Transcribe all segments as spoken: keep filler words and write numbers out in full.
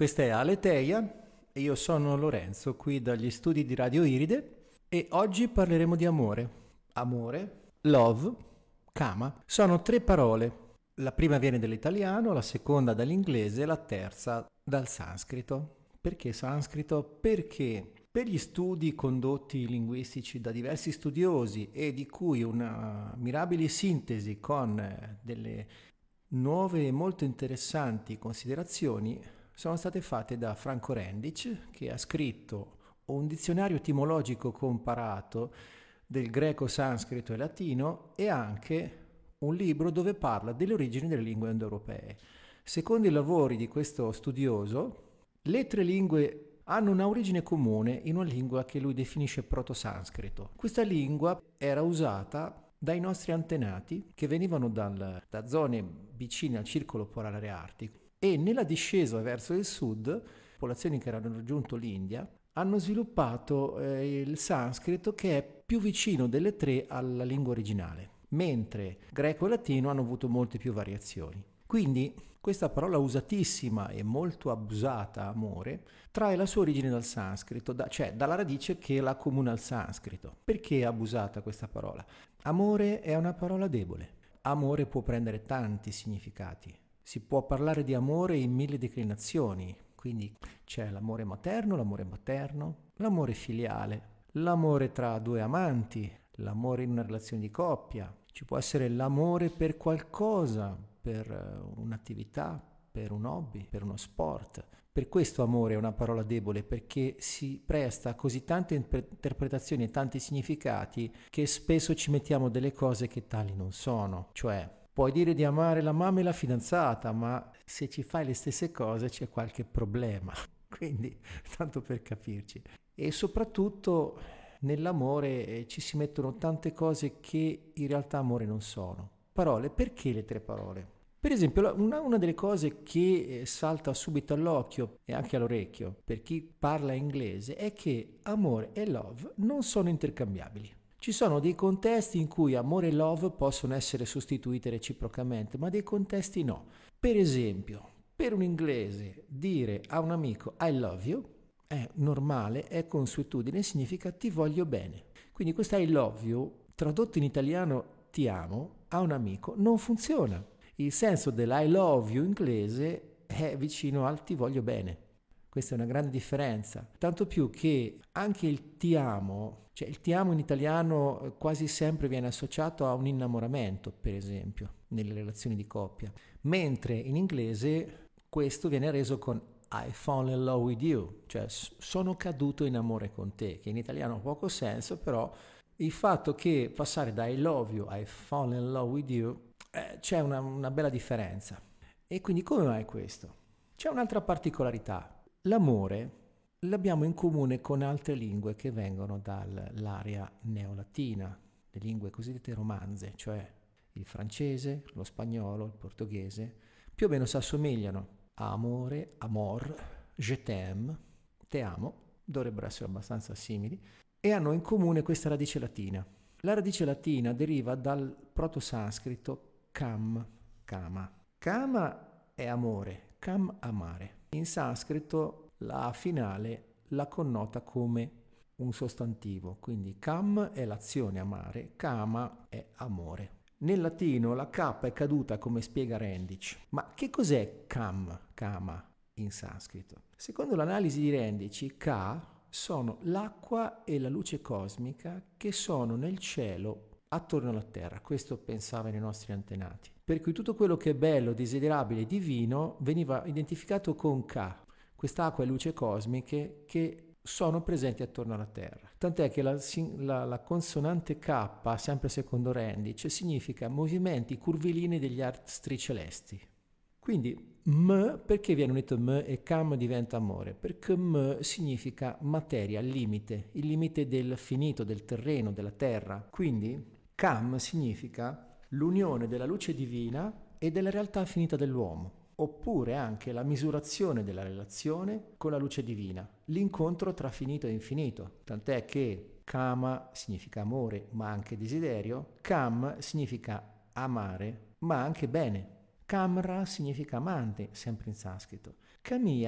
Questa è Aleteia e io sono Lorenzo, qui dagli studi di Radio Iride, e oggi parleremo di amore. Amore, love, kama. Sono tre parole. La prima viene dall'italiano, la seconda dall'inglese e la terza dal sanscrito. Perché sanscrito? Perché per gli studi condotti linguistici da diversi studiosi e di cui una mirabile sintesi con delle nuove e molto interessanti considerazioni sono state fatte da Franco Rendic, che ha scritto un dizionario etimologico comparato del greco, sanscrito e latino, e anche un libro dove parla delle origini delle lingue indoeuropee. Secondo i lavori di questo studioso, le tre lingue hanno una origine comune in una lingua che lui definisce proto-sanscrito. Questa lingua era usata dai nostri antenati che venivano dal, da zone vicine al circolo polare artico, e nella discesa verso il sud, popolazioni che hanno raggiunto l'India hanno sviluppato eh, il sanscrito, che è più vicino delle tre alla lingua originale, mentre greco e latino hanno avuto molte più variazioni. Quindi questa parola usatissima e molto abusata, amore, trae la sua origine dal sanscrito, da, cioè dalla radice che la accomuna al sanscrito. Perché è abusata questa parola? Amore è una parola debole. Amore può prendere tanti significati. Si può parlare di amore in mille declinazioni, quindi c'è l'amore materno, l'amore materno, l'amore filiale, l'amore tra due amanti, l'amore in una relazione di coppia, ci può essere l'amore per qualcosa, per un'attività, per un hobby, per uno sport. Per questo amore è una parola debole, perché si presta a così tante interpretazioni e tanti significati che spesso ci mettiamo delle cose che tali non sono, cioè puoi dire di amare la mamma e la fidanzata, ma se ci fai le stesse cose c'è qualche problema. Quindi, tanto per capirci. E soprattutto nell'amore eh, ci si mettono tante cose che in realtà amore non sono. Parole, perché le tre parole? Per esempio, una, una delle cose che eh, salta subito all'occhio e anche all'orecchio per chi parla inglese è che amore e love non sono intercambiabili. Ci sono dei contesti in cui amore e love possono essere sostituite reciprocamente, ma dei contesti no. Per esempio, per un inglese dire a un amico I love you è normale, è consuetudine, significa ti voglio bene. Quindi questo I love you, tradotto in italiano ti amo, a un amico non funziona. Il senso dell'I love you inglese è vicino al ti voglio bene. Questa è una grande differenza, tanto più che anche il ti amo, cioè il ti amo in italiano quasi sempre viene associato a un innamoramento, per esempio, nelle relazioni di coppia, mentre in inglese questo viene reso con I fall in love with you, cioè sono caduto in amore con te, che in italiano ha poco senso, però il fatto che passare da I love you a I fall in love with you eh, c'è una, una bella differenza. E quindi come mai questo? C'è un'altra particolarità. L'amore l'abbiamo in comune con altre lingue che vengono dall'area neolatina, le lingue cosiddette romanze, cioè il francese, lo spagnolo, il portoghese, più o meno si assomigliano a amore, amor, je t'aime, te amo, dovrebbero essere abbastanza simili, e hanno in comune questa radice latina. La radice latina deriva dal proto-sanscrito kam, kama. Kama è amore, kam amare. In sanscrito la finale la connota come un sostantivo, quindi kam è l'azione amare, kama è amore. Nel latino la K è caduta, come spiega Rendic. Ma che cos'è kam, kama in sanscrito? Secondo l'analisi di Rendic, Ka sono l'acqua e la luce cosmica che sono nel cielo attorno alla terra. Questo pensavano i nostri antenati. Per cui tutto quello che è bello, desiderabile, divino veniva identificato con Ka, quest'acqua e luce cosmiche che sono presenti attorno alla terra. Tant'è che la, la, la consonante K, sempre secondo Rendic, significa movimenti curvilinei degli astri celesti. Quindi M, perché viene unito M e Kam diventa amore? Perché M significa materia, limite, il limite del finito, del terreno, della terra. Quindi Kam significa l'unione della luce divina e della realtà finita dell'uomo, oppure anche la misurazione della relazione con la luce divina, l'incontro tra finito e infinito. Tant'è che Kama significa amore, ma anche desiderio, Kam significa amare, ma anche bene. Kamra significa amante, sempre in sanscrito. Kamiya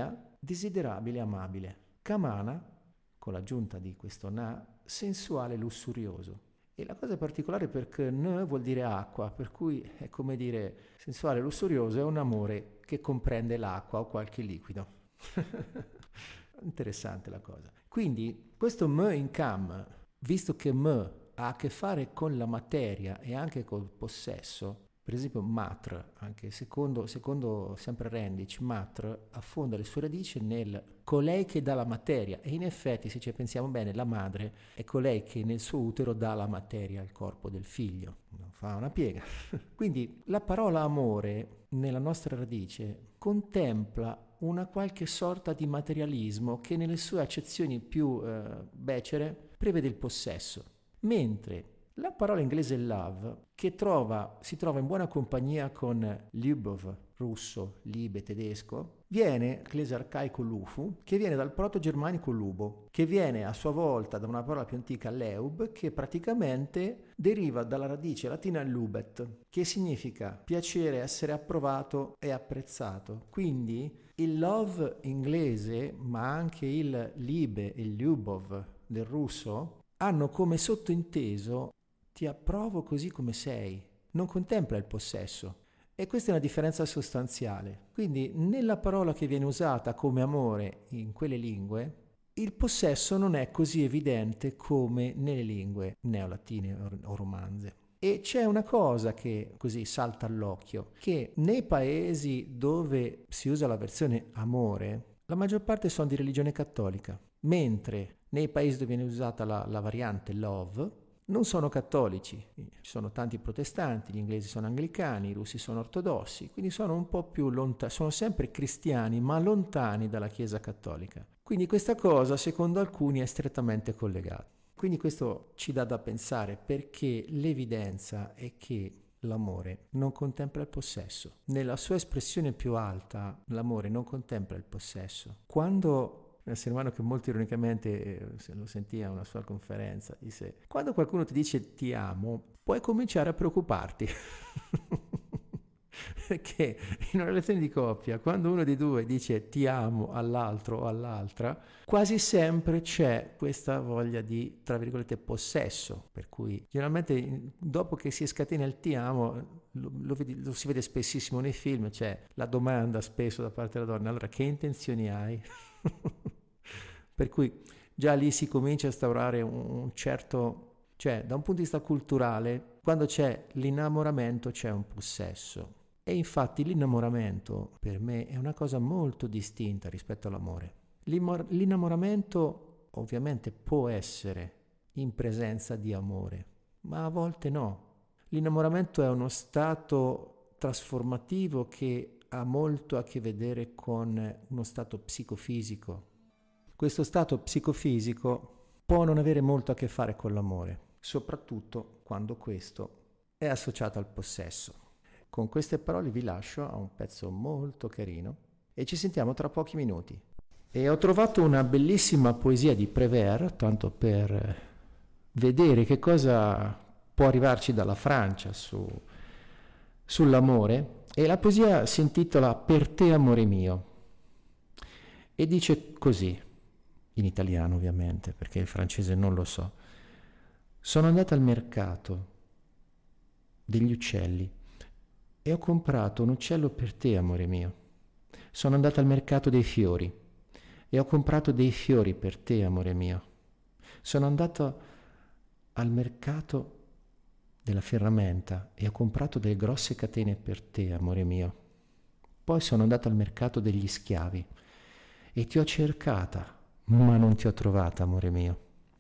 desiderabile, amabile. Kamana, con l'aggiunta di questo na, sensuale, lussurioso. E la cosa particolare perché n vuol dire acqua, per cui è come dire sensuale, lussurioso, è un amore che comprende l'acqua o qualche liquido. Interessante la cosa. Quindi questo m in cam, visto che m ha a che fare con la materia e anche col possesso, per esempio matra, anche secondo, secondo sempre Rendic, matra affonda le sue radici nel colei che dà la materia, e in effetti se ci pensiamo bene la madre è colei che nel suo utero dà la materia al corpo del figlio, non fa una piega. Quindi la parola amore nella nostra radice contempla una qualche sorta di materialismo che nelle sue accezioni più eh, becere prevede il possesso, mentre la parola inglese love, che trova, si trova in buona compagnia con Lyubov, russo, libe, tedesco, viene, inglese arcaico lufu, che viene dal proto-germanico lubo, che viene a sua volta da una parola più antica leub, che praticamente deriva dalla radice latina lubet, che significa piacere, essere approvato e apprezzato. Quindi il love inglese, ma anche il libe e il Lyubov del russo, hanno come sottointeso ti approvo così come sei, non contempla il possesso. E questa è una differenza sostanziale. Quindi nella parola che viene usata come amore in quelle lingue, il possesso non è così evidente come nelle lingue neolatine o romanze. E c'è una cosa che così salta all'occhio, che nei paesi dove si usa la versione amore, la maggior parte sono di religione cattolica, mentre nei paesi dove viene usata la, la variante love, non sono cattolici, ci sono tanti protestanti, gli inglesi sono anglicani, i russi sono ortodossi, quindi sono un po' più lontani, sono sempre cristiani ma lontani dalla Chiesa cattolica. Quindi questa cosa secondo alcuni è strettamente collegata. Quindi questo ci dà da pensare, perché l'evidenza è che l'amore non contempla il possesso. Nella sua espressione più alta l'amore non contempla il possesso. Quando un essere umano che molto ironicamente, se lo sentì a una sua conferenza, disse: quando qualcuno ti dice ti amo, puoi cominciare a preoccuparti. Perché in una relazione di coppia, quando uno dei due dice ti amo all'altro o all'altra, quasi sempre c'è questa voglia di, tra virgolette, possesso, per cui generalmente dopo che si scatena il ti amo, lo, lo, vedi, lo si vede spessissimo nei film, c'è la domanda spesso da parte della donna: allora che intenzioni hai? Per cui già lì si comincia a instaurare un certo, cioè da un punto di vista culturale, quando c'è l'innamoramento c'è un possesso. E infatti l'innamoramento per me è una cosa molto distinta rispetto all'amore. L'innamoramento ovviamente può essere in presenza di amore, ma a volte no. L'innamoramento è uno stato trasformativo che ha molto a che vedere con uno stato psicofisico. Questo stato psicofisico può non avere molto a che fare con l'amore, soprattutto quando questo è associato al possesso. Con queste parole vi lascio a un pezzo molto carino e ci sentiamo tra pochi minuti. E ho trovato una bellissima poesia di Prévert, tanto per vedere che cosa può arrivarci dalla Francia su, sull'amore, e la poesia si intitola Per te amore mio e dice così, in italiano ovviamente, perché il francese non lo so: sono andata al mercato degli uccelli e ho comprato un uccello per te, amore mio. Sono andata al mercato dei fiori e ho comprato dei fiori per te, amore mio. Sono andato al mercato della ferramenta e ho comprato delle grosse catene per te, amore mio. Poi sono andato al mercato degli schiavi e ti ho cercata, ma non ti ho trovata, amore mio.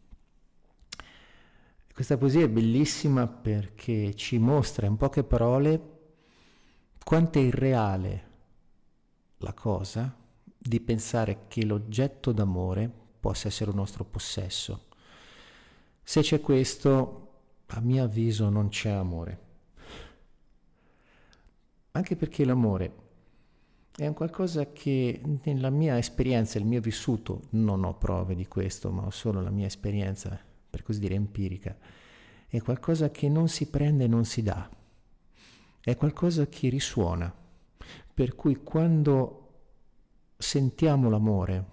Questa poesia è bellissima perché ci mostra in poche parole quanto è irreale la cosa di pensare che l'oggetto d'amore possa essere un nostro possesso. Se c'è questo, a mio avviso non c'è amore. Anche perché l'amore è un qualcosa che nella mia esperienza, il mio vissuto, non ho prove di questo, ma ho solo la mia esperienza, per così dire, empirica, è qualcosa che non si prende e non si dà. È qualcosa che risuona, per cui quando sentiamo l'amore,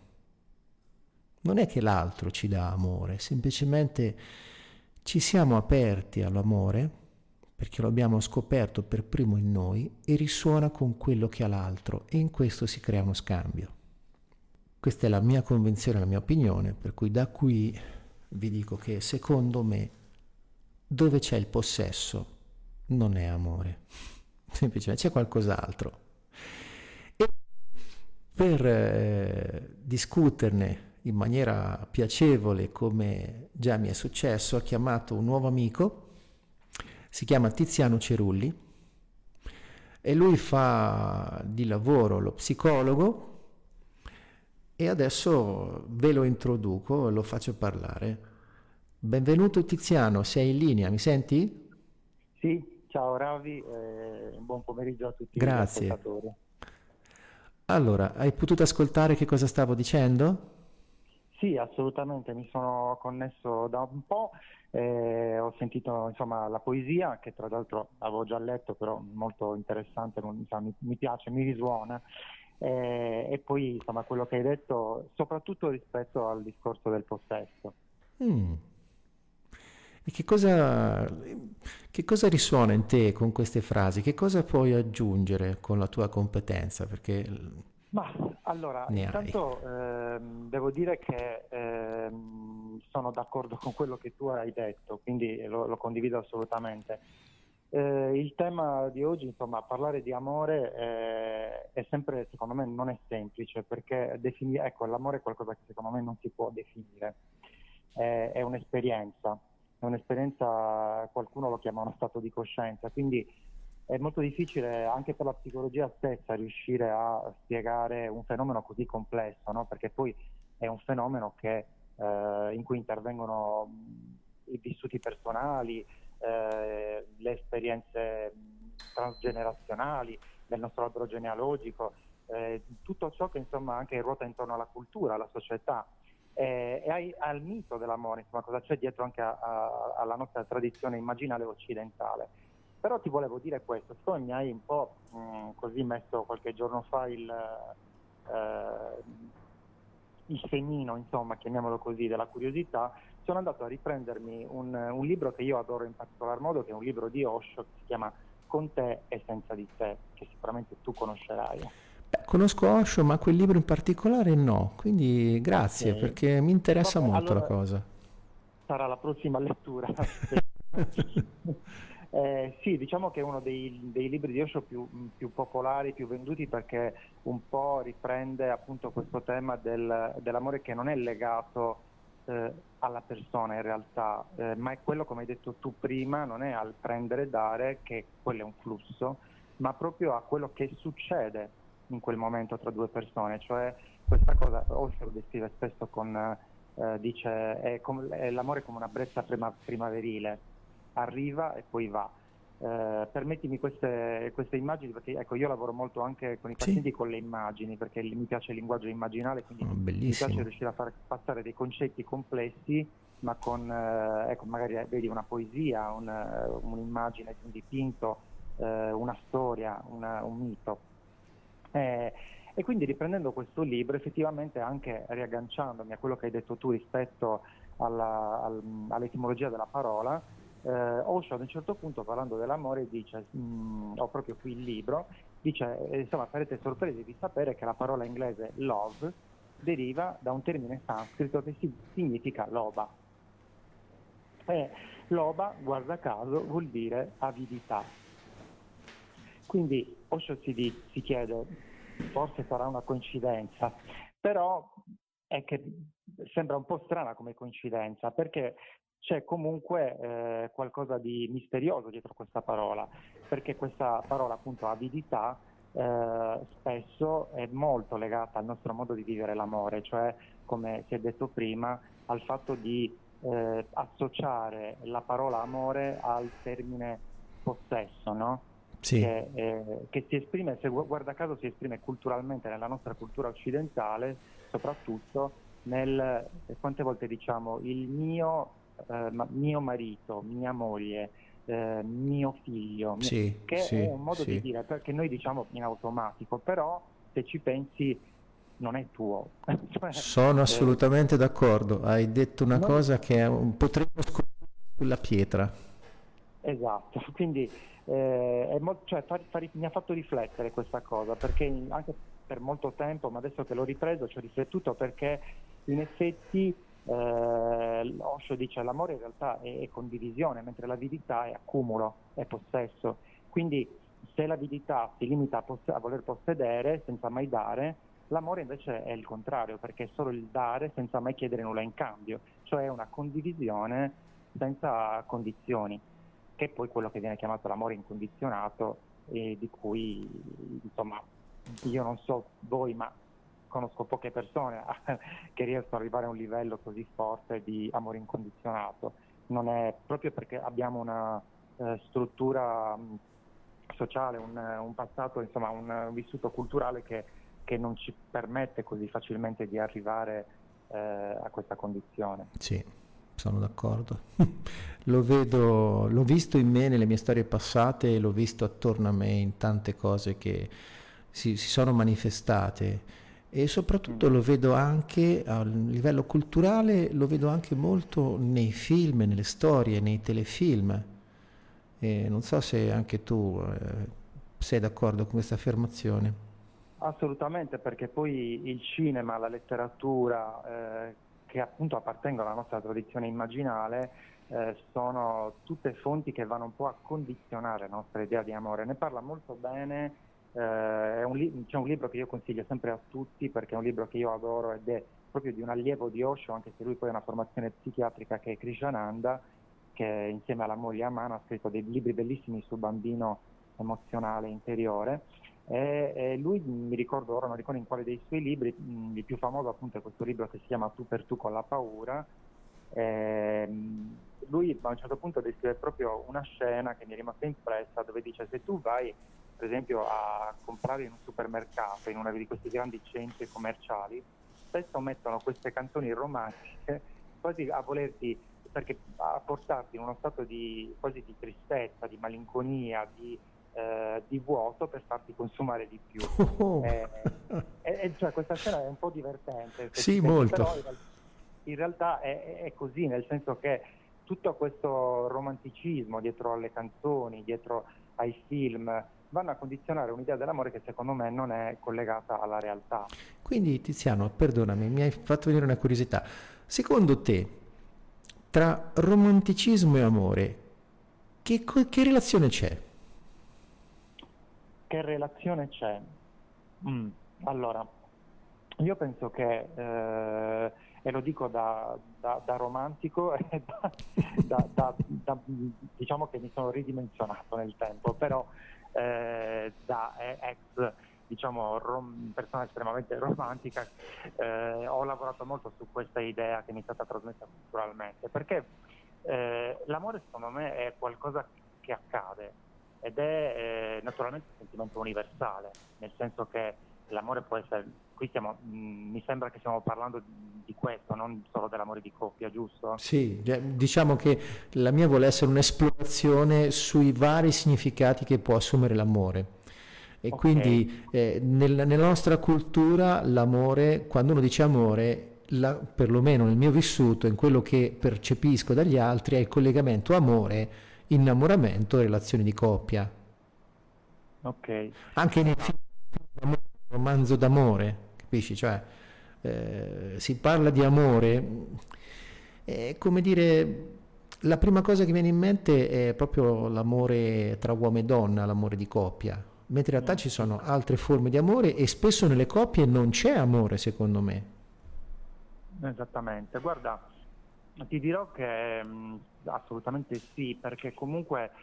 non è che l'altro ci dà amore, semplicemente ci siamo aperti all'amore perché lo abbiamo scoperto per primo in noi e risuona con quello che ha l'altro e in questo si crea uno scambio. Questa è la mia convinzione, la mia opinione, per cui da qui vi dico che secondo me dove c'è il possesso non è amore, semplicemente c'è qualcos'altro. E per eh, discuterne in maniera piacevole, come già mi è successo, ho chiamato un nuovo amico, si chiama Tiziano Cerulli e lui fa di lavoro lo psicologo e adesso ve lo introduco e lo faccio parlare. Benvenuto Tiziano, sei in linea, mi senti? Sì, ciao Ravi, eh, buon pomeriggio a tutti gli Grazie. ascoltatori. Allora, hai potuto ascoltare che cosa stavo dicendo? Sì, assolutamente, mi sono connesso da un po', eh, ho sentito insomma la poesia, che tra l'altro avevo già letto, però molto interessante, non- insomma, mi, mi piace, mi risuona, eh, e poi insomma quello che hai detto, soprattutto rispetto al discorso del possesso. Mm. E che cosa, che cosa risuona in te con queste frasi? Che cosa puoi aggiungere con la tua competenza? Perché Ma allora, ne hai. intanto ehm, devo dire che ehm, sono d'accordo con quello che tu hai detto, quindi lo, lo condivido assolutamente. Eh, il tema di oggi, insomma, parlare di amore eh, è sempre, secondo me, non è semplice perché defini- ecco, l'amore è qualcosa che secondo me non si può definire, è, è un'esperienza, è un'esperienza, qualcuno lo chiama uno stato di coscienza, quindi è molto difficile anche per la psicologia stessa riuscire a spiegare un fenomeno così complesso, no? Perché poi è un fenomeno che, eh, in cui intervengono mh, i vissuti personali, eh, le esperienze mh, transgenerazionali del nostro albero genealogico, eh, tutto ciò che insomma anche ruota intorno alla cultura, alla società eh, e ai, al mito dell'amore, insomma cosa c'è dietro anche a, a, alla nostra tradizione immaginale occidentale. Però ti volevo dire questo, siccome mi hai un po' mh, così messo qualche giorno fa il, eh, il semino, insomma, chiamiamolo così, della curiosità, sono andato a riprendermi un, un libro che io adoro in particolar modo, che è un libro di Osho, che si chiama Con te e senza di te, che sicuramente tu conoscerai. Beh, conosco Osho, ma quel libro in particolare no, quindi Ok, grazie perché mi interessa vabbè, molto la allora cosa. sarà la prossima lettura. Eh, sì, diciamo che è uno dei, dei libri di Osho più, più popolari, più venduti perché un po' riprende appunto questo tema del- dell'amore che non è legato eh, alla persona in realtà, eh, ma è quello, come hai detto tu prima, non è al prendere e dare, che quello è un flusso, ma proprio a quello che succede in quel momento tra due persone, cioè questa cosa Osho lo descrive spesso con, eh, dice, è, com- è l'amore come una brezza prima- primaverile, arriva e poi va. Eh, permettimi queste, queste immagini perché ecco, io lavoro molto anche con i Sì? pazienti con le immagini perché mi piace il linguaggio immaginale, quindi Oh, mi piace bellissimo. riuscire a far passare dei concetti complessi, ma con, eh, ecco, magari eh, vedi una poesia, un, eh, un'immagine di un dipinto, eh, una storia, una- un mito. Eh, e quindi riprendendo questo libro, effettivamente anche riagganciandomi a quello che hai detto tu rispetto alla- al- all'etimologia della parola, eh, Osho ad un certo punto parlando dell'amore dice, mh, ho proprio qui il libro, dice, eh, insomma sarete sorpresi di sapere che la parola inglese love deriva da un termine sanscrito che si- significa loba. E loba, guarda caso, vuol dire avidità. Quindi Osho si, di- si chiede, forse sarà una coincidenza, però è che sembra un po' strana come coincidenza, perché c'è comunque eh, qualcosa di misterioso dietro questa parola, perché questa parola appunto avidità eh, spesso è molto legata al nostro modo di vivere l'amore, cioè come si è detto prima, al fatto di eh, associare la parola amore al termine possesso, no? Sì, Che, eh, che si esprime, se gu- guarda caso, si esprime culturalmente nella nostra cultura occidentale, soprattutto nel, eh, quante volte diciamo il mio, eh, ma- mio marito, mia moglie, eh, mio figlio, mio- sì, che è sì, un modo di sì. dire che noi diciamo in automatico, però se ci pensi non è tuo. Cioè, Sono eh, assolutamente d'accordo, hai detto una non- cosa che è un- potremmo scoprire sulla pietra. esatto, quindi eh, è mo- cioè, fa- fa- mi ha fatto riflettere questa cosa, perché in- anche per molto tempo, ma adesso che l'ho ripreso ci ho riflettuto, perché in effetti eh, Osho dice l'amore in realtà è, è condivisione, mentre l'avidità è accumulo, è possesso. Quindi se l'avidità si limita a, poss- a voler possedere senza mai dare, l'amore invece è il contrario, perché è solo il dare senza mai chiedere nulla in cambio, cioè una condivisione senza condizioni, che è poi quello che viene chiamato l'amore incondizionato, e di cui insomma io non so voi, ma conosco poche persone che riescono ad arrivare a un livello così forte di amore incondizionato. Non è proprio perché abbiamo una eh, struttura mh, sociale, un, un passato, insomma un, un vissuto culturale che, che non ci permette così facilmente di arrivare eh, a questa condizione. Sì, sono d'accordo. Lo vedo, l'ho visto in me nelle mie storie passate e l'ho visto attorno a me in tante cose che si, si sono manifestate e Mm. soprattutto lo vedo anche a livello culturale, lo vedo anche molto nei film, nelle storie, nei telefilm. E non so se anche tu eh, sei d'accordo con questa affermazione. Assolutamente, perché poi il cinema, la letteratura, eh, che appunto appartengono alla nostra tradizione immaginale, eh, sono tutte fonti che vanno un po' a condizionare la nostra idea di amore. Ne parla molto bene, eh, è un li- c'è un libro che io consiglio sempre a tutti, perché è un libro che io adoro ed è proprio di un allievo di Osho, anche se lui poi ha una formazione psichiatrica, che è Krishananda, che insieme alla moglie Amana ha scritto dei libri bellissimi sul bambino emozionale interiore. E, e lui, mi ricordo ora, non ricordo in quale dei suoi libri, mh, il più famoso appunto è questo libro che si chiama Tu per tu con la paura. Ehm, lui a un certo punto descrive proprio una scena che mi è rimasta impressa, dove dice: se tu vai per esempio a comprare in un supermercato, in uno di questi grandi centri commerciali, spesso mettono queste canzoni romantiche quasi a volerti, perché a portarti in uno stato di quasi di tristezza, di malinconia, di eh, di vuoto, per farti consumare di più. Oh, Eh, e, e cioè, questa scena è un po' divertente se ci sì, pensi, molto. però in, real- in realtà è, è così, nel senso che tutto questo romanticismo dietro alle canzoni, dietro ai film, vanno a condizionare un'idea dell'amore che secondo me non è collegata alla realtà. Quindi Tiziano, perdonami, mi hai fatto venire una curiosità. Secondo te, tra romanticismo e amore, che, co- che relazione c'è? Che relazione c'è? Mm, Allora, io penso che, eh, e lo dico da, da- da romantico, e da, da- da- da- diciamo che mi sono ridimensionato nel tempo, però eh, da eh, ex, diciamo, rom- persona estremamente romantica, eh, ho lavorato molto su questa idea che mi è stata trasmessa culturalmente, perché eh, l'amore secondo me è qualcosa che accade ed è eh, naturalmente un sentimento universale, nel senso che l'amore può essere, qui stiamo, mh, mi sembra che stiamo parlando di, di questo, non solo dell'amore di coppia, giusto? Sì, cioè, diciamo che la mia vuole essere un'esplorazione sui vari significati che può assumere l'amore. E Ok, quindi eh, nel- nella nostra cultura l'amore, quando uno dice amore, la- perlomeno nel mio vissuto, in quello che percepisco dagli altri, è il collegamento amore, innamoramento, relazioni di coppia. ok. Anche nei film, Esatto. d'amore, romanzo d'amore, capisci? Cioè, eh, si parla di amore, è come dire, la prima cosa che viene in mente è proprio l'amore tra uomo e donna, l'amore di coppia, mentre in realtà Mm, ci sì. sono altre forme di amore e spesso nelle coppie non c'è amore, secondo me. Esattamente, guarda, ti dirò che mh, assolutamente sì, perché comunque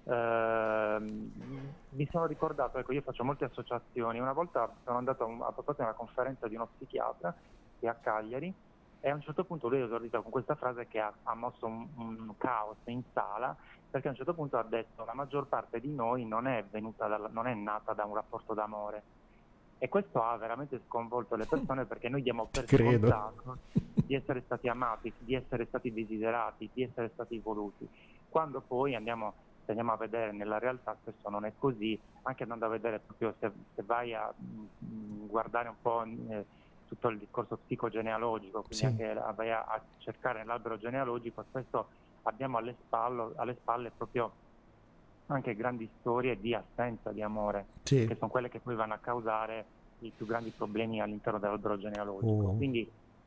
ehm, mi sono ricordato, ecco, io faccio molte associazioni, una volta sono andato a, un- a proposito di una conferenza di uno psichiatra che è a Cagliari, e a un certo punto lui ha esordito con questa frase che ha, ha mosso un, un caos in sala, perché a un certo punto ha detto: la maggior parte di noi non è venuta dalla- non è nata da un rapporto d'amore. E questo ha veramente sconvolto le persone, perché noi diamo Ti per credo. scontato di essere stati amati, di essere stati desiderati, di essere stati voluti, quando poi andiamo, se andiamo a vedere nella realtà spesso non è così, anche andando a vedere proprio se, se vai a mh, guardare un po' eh, tutto il discorso psicogenealogico, quindi Sì. anche vai a, a cercare nell'albero genealogico, spesso abbiamo alle spalle, alle spalle proprio anche grandi storie di assenza di amore, Sì. che sono quelle che poi vanno a causare i più grandi problemi all'interno dell'albero genealogico. Oh. Quindi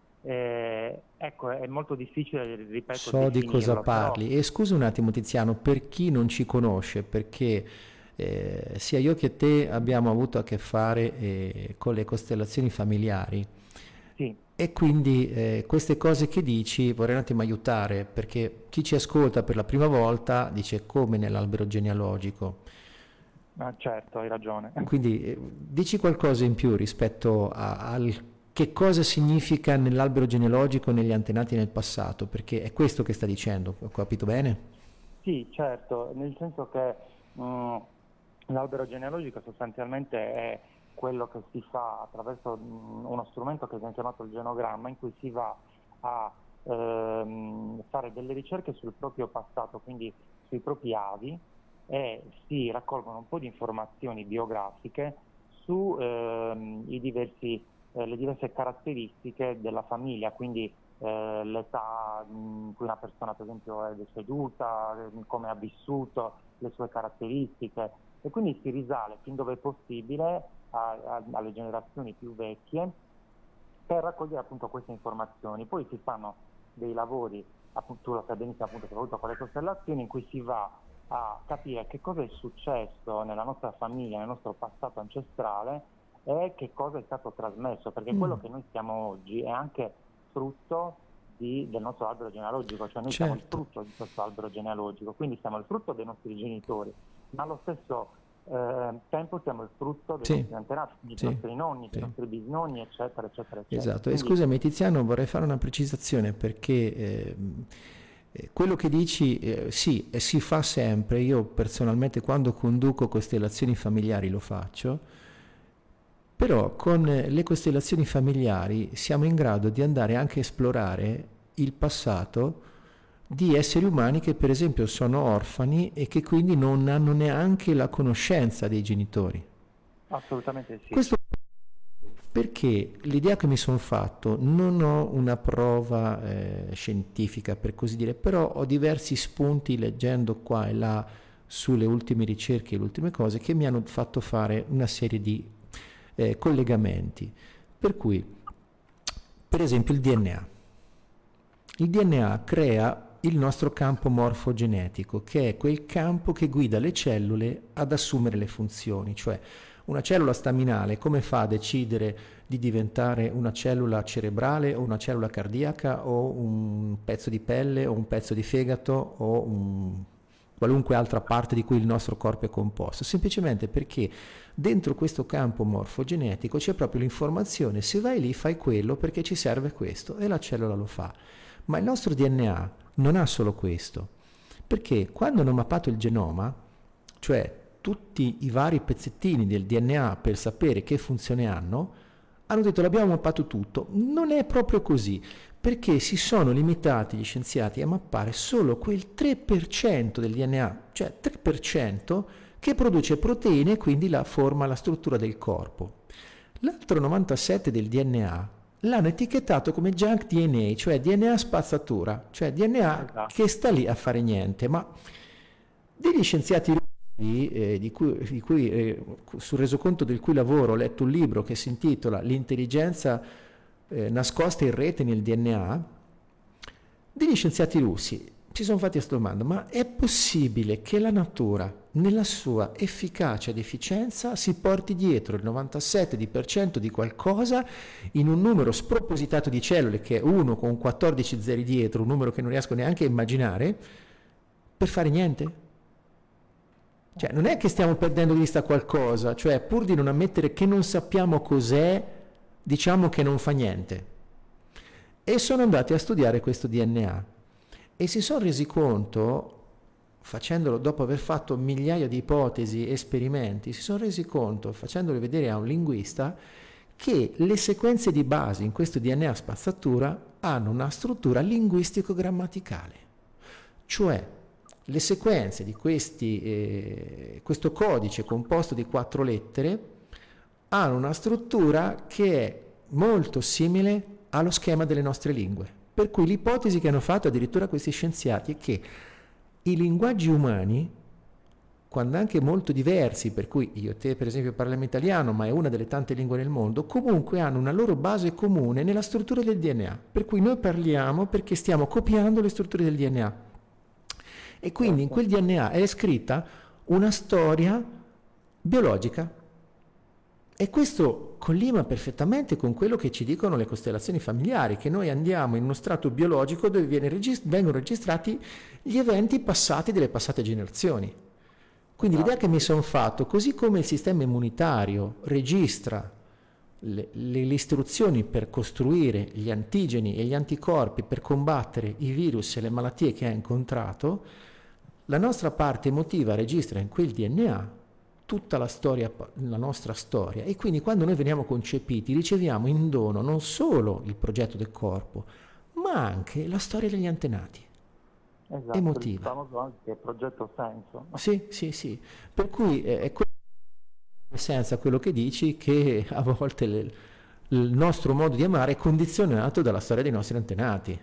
eh, ecco, è molto difficile, ripeto, So di cosa definirlo, parli. però... E scusa un attimo Tiziano, per chi non ci conosce, perché eh, sia io che te abbiamo avuto a che fare eh, con le costellazioni familiari, Sì. e quindi eh, queste cose che dici vorrei un attimo aiutare, perché chi ci ascolta per la prima volta dice come nell'albero genealogico. Ah, certo, hai ragione. Quindi eh, dici qualcosa in più rispetto a, al che cosa significa nell'albero genealogico negli antenati nel passato, perché è questo che sta dicendo, ho capito bene? Sì, certo, nel senso che mh, l'albero genealogico sostanzialmente è quello che si fa attraverso mh, uno strumento che viene chiamato il genogramma, in cui si va a ehm, fare delle ricerche sul proprio passato, quindi sui propri avi, e si raccolgono un po' di informazioni biografiche su ehm, i diversi, eh, le diverse caratteristiche della famiglia, quindi eh, l'età in cui una persona per esempio è deceduta, come ha vissuto, le sue caratteristiche, e quindi si risale fin dove è possibile a, a, alle generazioni più vecchie per raccogliere appunto queste informazioni. Poi si fanno dei lavori, appunto, tu lo sai benissimo, appunto, soprattutto con le costellazioni, in cui si va a capire che cosa è successo nella nostra famiglia, nel nostro passato ancestrale, e che cosa è stato trasmesso, perché Mm. quello che noi siamo oggi è anche frutto di, del nostro albero genealogico, cioè noi Certo. siamo il frutto di questo albero genealogico, quindi siamo il frutto dei nostri genitori, ma allo stesso eh, tempo siamo il frutto dei Sì. nostri antenati, dei Sì. nostri nonni, Sì. dei nostri bisnonni, eccetera, eccetera, eccetera. Esatto, e Quindi, scusami Tiziano, vorrei fare una precisazione perché eh, eh, quello che dici eh, sì, eh, si fa sempre, io personalmente quando conduco costellazioni familiari lo faccio, però con eh, le costellazioni familiari siamo in grado di andare anche a esplorare il passato di esseri umani che per esempio sono orfani e che quindi non hanno neanche la conoscenza dei genitori. assolutamente sì. Questo perché l'idea che mi sono fatto, non ho una prova eh, scientifica per così dire, però ho diversi spunti leggendo qua e là sulle ultime ricerche e le ultime cose che mi hanno fatto fare una serie di eh, collegamenti. Per cui, per esempio, il D N A. Il D N A crea il nostro campo morfogenetico, che è quel campo che guida le cellule ad assumere le funzioni, cioè una cellula staminale come fa a decidere di diventare una cellula cerebrale o una cellula cardiaca o un pezzo di pelle o un pezzo di fegato o un, qualunque altra parte di cui il nostro corpo è composto? Semplicemente perché dentro questo campo morfogenetico c'è proprio l'informazione, se vai lì fai quello perché ci serve questo, e la cellula lo fa. Ma il nostro D N A non ha solo questo, perché quando hanno mappato il genoma, cioè tutti i vari pezzettini del D N A per sapere che funzione hanno, hanno detto l'abbiamo mappato tutto. Non è proprio così, perché si sono limitati gli scienziati a mappare solo quel tre per cento del D N A, cioè tre per cento che produce proteine e quindi la forma, la struttura del corpo. L'altro novantasette per cento del D N A l'hanno etichettato come junk D N A, cioè D N A spazzatura, cioè D N A Esatto. che sta lì a fare niente, ma degli scienziati russi, eh, di cui, di cui eh, sul resoconto del cui lavoro ho letto un libro che si intitola L'intelligenza eh, nascosta in rete nel D N A, degli scienziati russi si sono fatti questa domanda: ma è possibile che la natura nella sua efficacia ed efficienza si porti dietro il novantasette per cento di qualcosa in un numero spropositato di cellule, che è uno con quattordici zeri dietro, un numero che non riesco neanche a immaginare, per fare niente? Cioè non è che stiamo perdendo di vista qualcosa, cioè pur di non ammettere che non sappiamo cos'è, diciamo che non fa niente. E sono andati a studiare questo D N A e si sono resi conto, facendolo dopo aver fatto migliaia di ipotesi, esperimenti, si sono resi conto, facendolo vedere a un linguista, che le sequenze di base in questo D N A spazzatura hanno una struttura linguistico-grammaticale, cioè le sequenze di questi, eh, questo codice composto di quattro lettere hanno una struttura che è molto simile allo schema delle nostre lingue. Per cui l'ipotesi che hanno fatto addirittura questi scienziati è che i linguaggi umani, quando anche molto diversi, per cui io e te per esempio parliamo italiano, ma è una delle tante lingue nel mondo, comunque hanno una loro base comune nella struttura del D N A. Per cui noi parliamo perché stiamo copiando le strutture del D N A. E quindi in quel D N A è scritta una storia biologica. E questo collima perfettamente con quello che ci dicono le costellazioni familiari, che noi andiamo in uno strato biologico dove viene regist- vengono registrati gli eventi passati delle passate generazioni. Quindi l'idea che mi sono fatto, così come il sistema immunitario registra le, le, le istruzioni per costruire gli antigeni e gli anticorpi per combattere i virus e le malattie che ha incontrato, la nostra parte emotiva registra in quel D N A tutta la storia, la nostra storia, e quindi quando noi veniamo concepiti riceviamo in dono non solo il progetto del corpo, ma anche la storia degli antenati. Esatto, emotiva. Il famoso anche progetto senso. Sì, sì, sì. Per cui è, è senza quello che dici, che a volte le, il nostro modo di amare è condizionato dalla storia dei nostri antenati.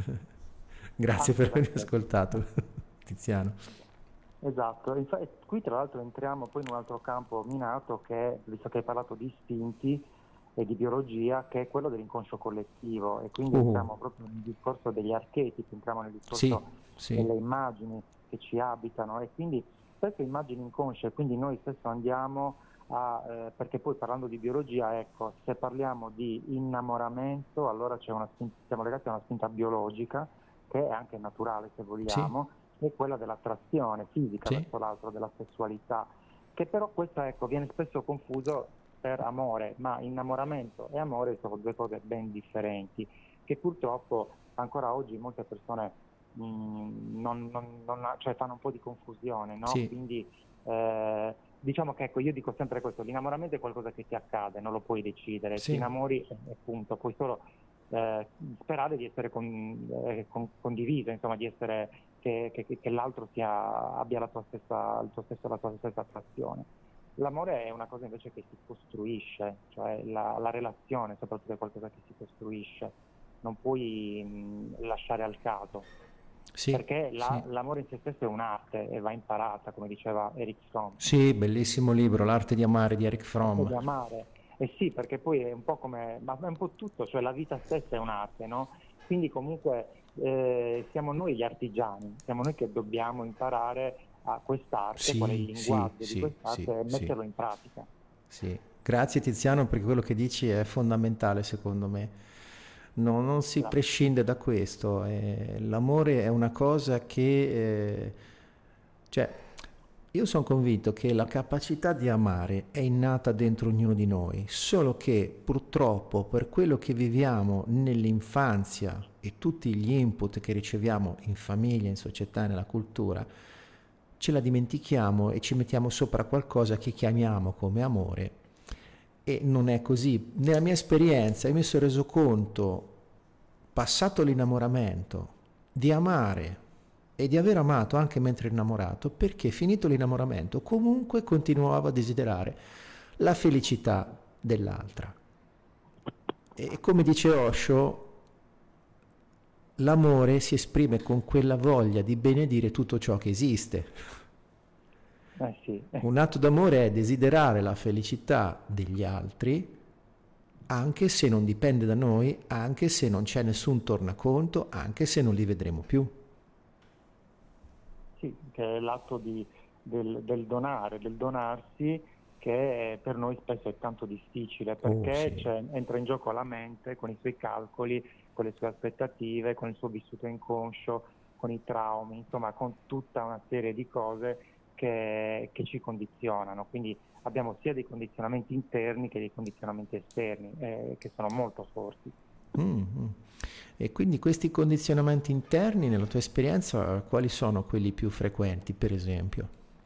Grazie per avermi ascoltato, Tiziano. Esatto, Infa- qui tra l'altro entriamo poi in un altro campo minato che, visto che hai parlato di istinti e di biologia, che è quello dell'inconscio collettivo, e quindi Uh. entriamo proprio nel discorso degli archetipi, entriamo nel discorso sì, sì. delle immagini che ci abitano, e quindi spesso immagini inconsce, quindi noi spesso andiamo a, eh, perché poi parlando di biologia, ecco, se parliamo di innamoramento, allora c'è una spinta, siamo legati a una spinta biologica che è anche naturale, se vogliamo, Sì. è quella dell'attrazione fisica Sì. verso l'altro, della sessualità, che però questo, ecco, viene spesso confuso per amore, ma innamoramento e amore sono due cose ben differenti, che purtroppo ancora oggi molte persone mh, non, non, non, cioè fanno un po' di confusione, no? Sì. Quindi eh, diciamo che, ecco, io dico sempre questo: l'innamoramento è qualcosa che ti accade, non lo puoi decidere, Sì. ti innamori e punto, puoi solo eh, sperare di essere con, eh, con, condiviso, insomma, di essere che, che, che l'altro sia, abbia la tua stessa, il tuo stesso, la tua stessa attrazione. L'amore è una cosa invece che si costruisce, cioè la, la relazione soprattutto è qualcosa che si costruisce, non puoi mh, lasciare al caso, Sì, perché la, sì. l'amore in se stesso è un'arte e va imparata, come diceva Erich Fromm. Sì, bellissimo libro, L'arte di amare di Erich Fromm. L'arte di amare, eh sì, perché poi è un po' come, ma è un po' tutto, cioè la vita stessa è un'arte, no? Quindi comunque eh, siamo noi gli artigiani, siamo noi che dobbiamo imparare a quest'arte, Sì, qual è il linguaggio sì, di quest'arte, sì, e metterlo sì. in pratica. Sì. Grazie Tiziano, perché quello che dici è fondamentale secondo me. No, non si Grazie. prescinde da questo. eh, l'amore è una cosa che... eh, cioè, io sono convinto che la capacità di amare è innata dentro ognuno di noi, solo che purtroppo per quello che viviamo nell'infanzia e tutti gli input che riceviamo in famiglia, in società, nella cultura, ce la dimentichiamo e ci mettiamo sopra qualcosa che chiamiamo come amore, e non è così. Nella mia esperienza io mi sono reso conto, passato l'innamoramento, di amare e di aver amato anche mentre innamorato, perché finito l'innamoramento comunque continuavo a desiderare la felicità dell'altra. E come dice Osho, l'amore si esprime con quella voglia di benedire tutto ciò che esiste. Eh sì. Un atto d'amore è desiderare la felicità degli altri, anche se non dipende da noi, anche se non c'è nessun tornaconto, anche se non li vedremo più. Sì, che è l'atto di, del, del donare, del donarsi, che per noi spesso è tanto difficile, perché Oh, sì. c'è, entra in gioco la mente con i suoi calcoli, con le sue aspettative, con il suo vissuto inconscio, con i traumi, insomma con tutta una serie di cose che, che ci condizionano. Quindi abbiamo sia dei condizionamenti interni che dei condizionamenti esterni, eh, che sono molto forti. Mm-hmm. E quindi questi condizionamenti interni, nella tua esperienza, quali sono quelli più frequenti, per esempio?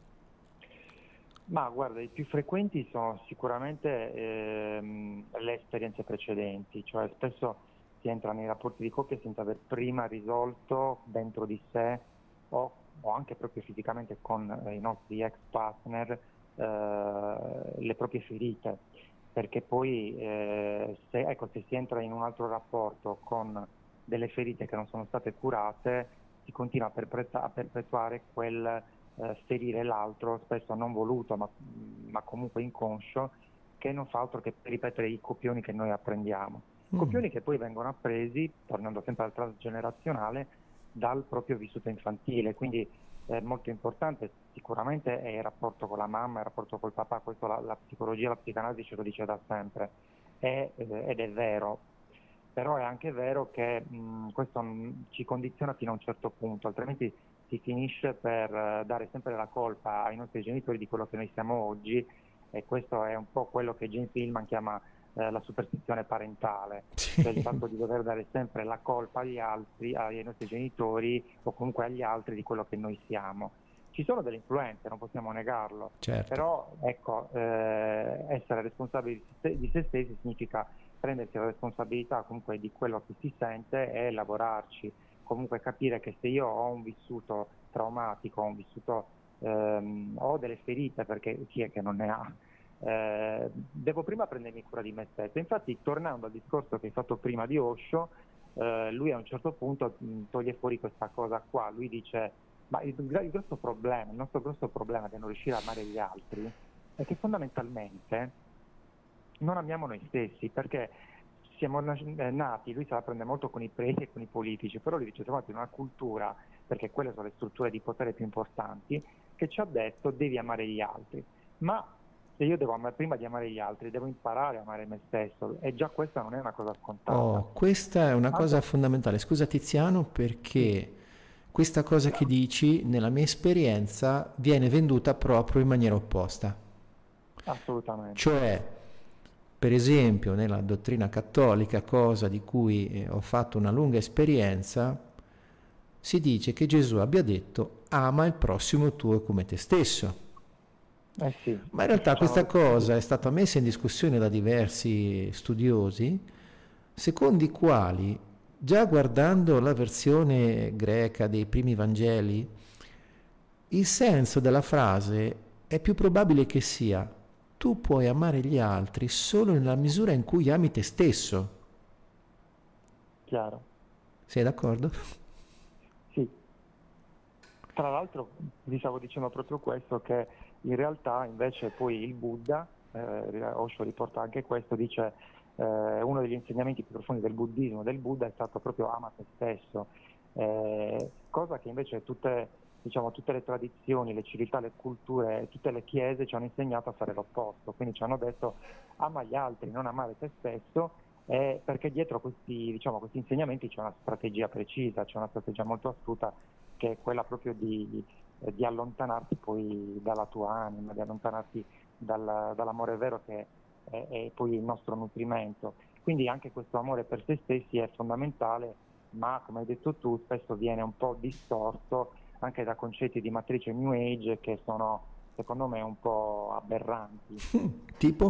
Ma guarda, i più frequenti sono sicuramente ehm, le esperienze precedenti, cioè spesso si entra nei rapporti di coppia senza aver prima risolto dentro di sé o, o anche proprio fisicamente con eh, i nostri ex partner eh, le proprie ferite. perché poi eh, se, ecco, se si entra in un altro rapporto con delle ferite che non sono state curate, si continua a, perpetua- a perpetuare quel eh, ferire l'altro, spesso non voluto ma, ma comunque inconscio, che non fa altro che ripetere i copioni che noi apprendiamo. Mm. Copioni che poi vengono appresi, tornando sempre al transgenerazionale, dal proprio vissuto infantile, quindi è molto importante sicuramente è il rapporto con la mamma, il rapporto col papà, questo la, la psicologia, la psicanalisi ce lo dice da sempre, è, eh, ed è vero, però è anche vero che mh, questo mh, ci condiziona fino a un certo punto, altrimenti si finisce per uh, dare sempre la colpa ai nostri genitori di quello che noi siamo oggi, e questo è un po' quello che James Hillman chiama eh, la superstizione parentale, Sì. cioè il fatto di dover dare sempre la colpa agli altri, ai nostri genitori o comunque agli altri di quello che noi siamo. Ci sono delle influenze, non possiamo negarlo, Certo. però ecco, eh, essere responsabili di se, di se stessi significa prendersi la responsabilità comunque di quello che si sente e lavorarci, comunque capire che se io ho un vissuto traumatico, ho un vissuto ehm, ho delle ferite, perché chi è che non ne ha, eh, devo prima prendermi cura di me stesso. Infatti, tornando al discorso che hai fatto prima di Osho, eh, lui a un certo punto mh, toglie fuori questa cosa qua, lui dice ma il, il grosso problema, il nostro grosso problema di non riuscire a amare gli altri è che fondamentalmente non amiamo noi stessi, perché siamo nati, lui se la prende molto con i preti e con i politici, però lui dice siamo nati in una cultura, perché quelle sono le strutture di potere più importanti, che ci ha detto devi amare gli altri, ma se io devo amare, prima di amare gli altri devo imparare a amare me stesso, e già questa non è una cosa scontata. Oh, questa è una Anche... cosa fondamentale. Scusa Tiziano, perché questa cosa che dici, nella mia esperienza, viene venduta proprio in maniera opposta. Assolutamente. Cioè, per esempio, nella dottrina cattolica, cosa di cui eh, ho fatto una lunga esperienza, si dice che Gesù abbia detto ama il prossimo tuo come te stesso. Eh sì, Ma in realtà diciamo... questa cosa è stata messa in discussione da diversi studiosi, secondo i quali, già guardando la versione greca dei primi Vangeli, il senso della frase è più probabile che sia tu puoi amare gli altri solo nella misura in cui ami te stesso. Chiaro. Sei d'accordo? Sì. Tra l'altro vi stavo dicendo proprio questo, che in realtà invece poi il Buddha, eh, Osho riporta anche questo, dice eh, uno degli insegnamenti più profondi del buddismo, del Buddha, è stato proprio ama te stesso, eh, cosa che invece tutte, diciamo, tutte le tradizioni, le civiltà, le culture, tutte le chiese ci hanno insegnato a fare l'opposto, quindi ci hanno detto ama gli altri, non amare te stesso, eh, perché dietro questi, diciamo, questi insegnamenti c'è una strategia precisa, c'è una strategia molto astuta, che è quella proprio di di allontanarti poi dalla tua anima, di allontanarti dal, dall'amore vero che è, è poi il nostro nutrimento. Quindi anche questo amore per se stessi è fondamentale, ma come hai detto tu spesso viene un po' distorto anche da concetti di matrice New Age che sono secondo me un po' aberranti. Tipo?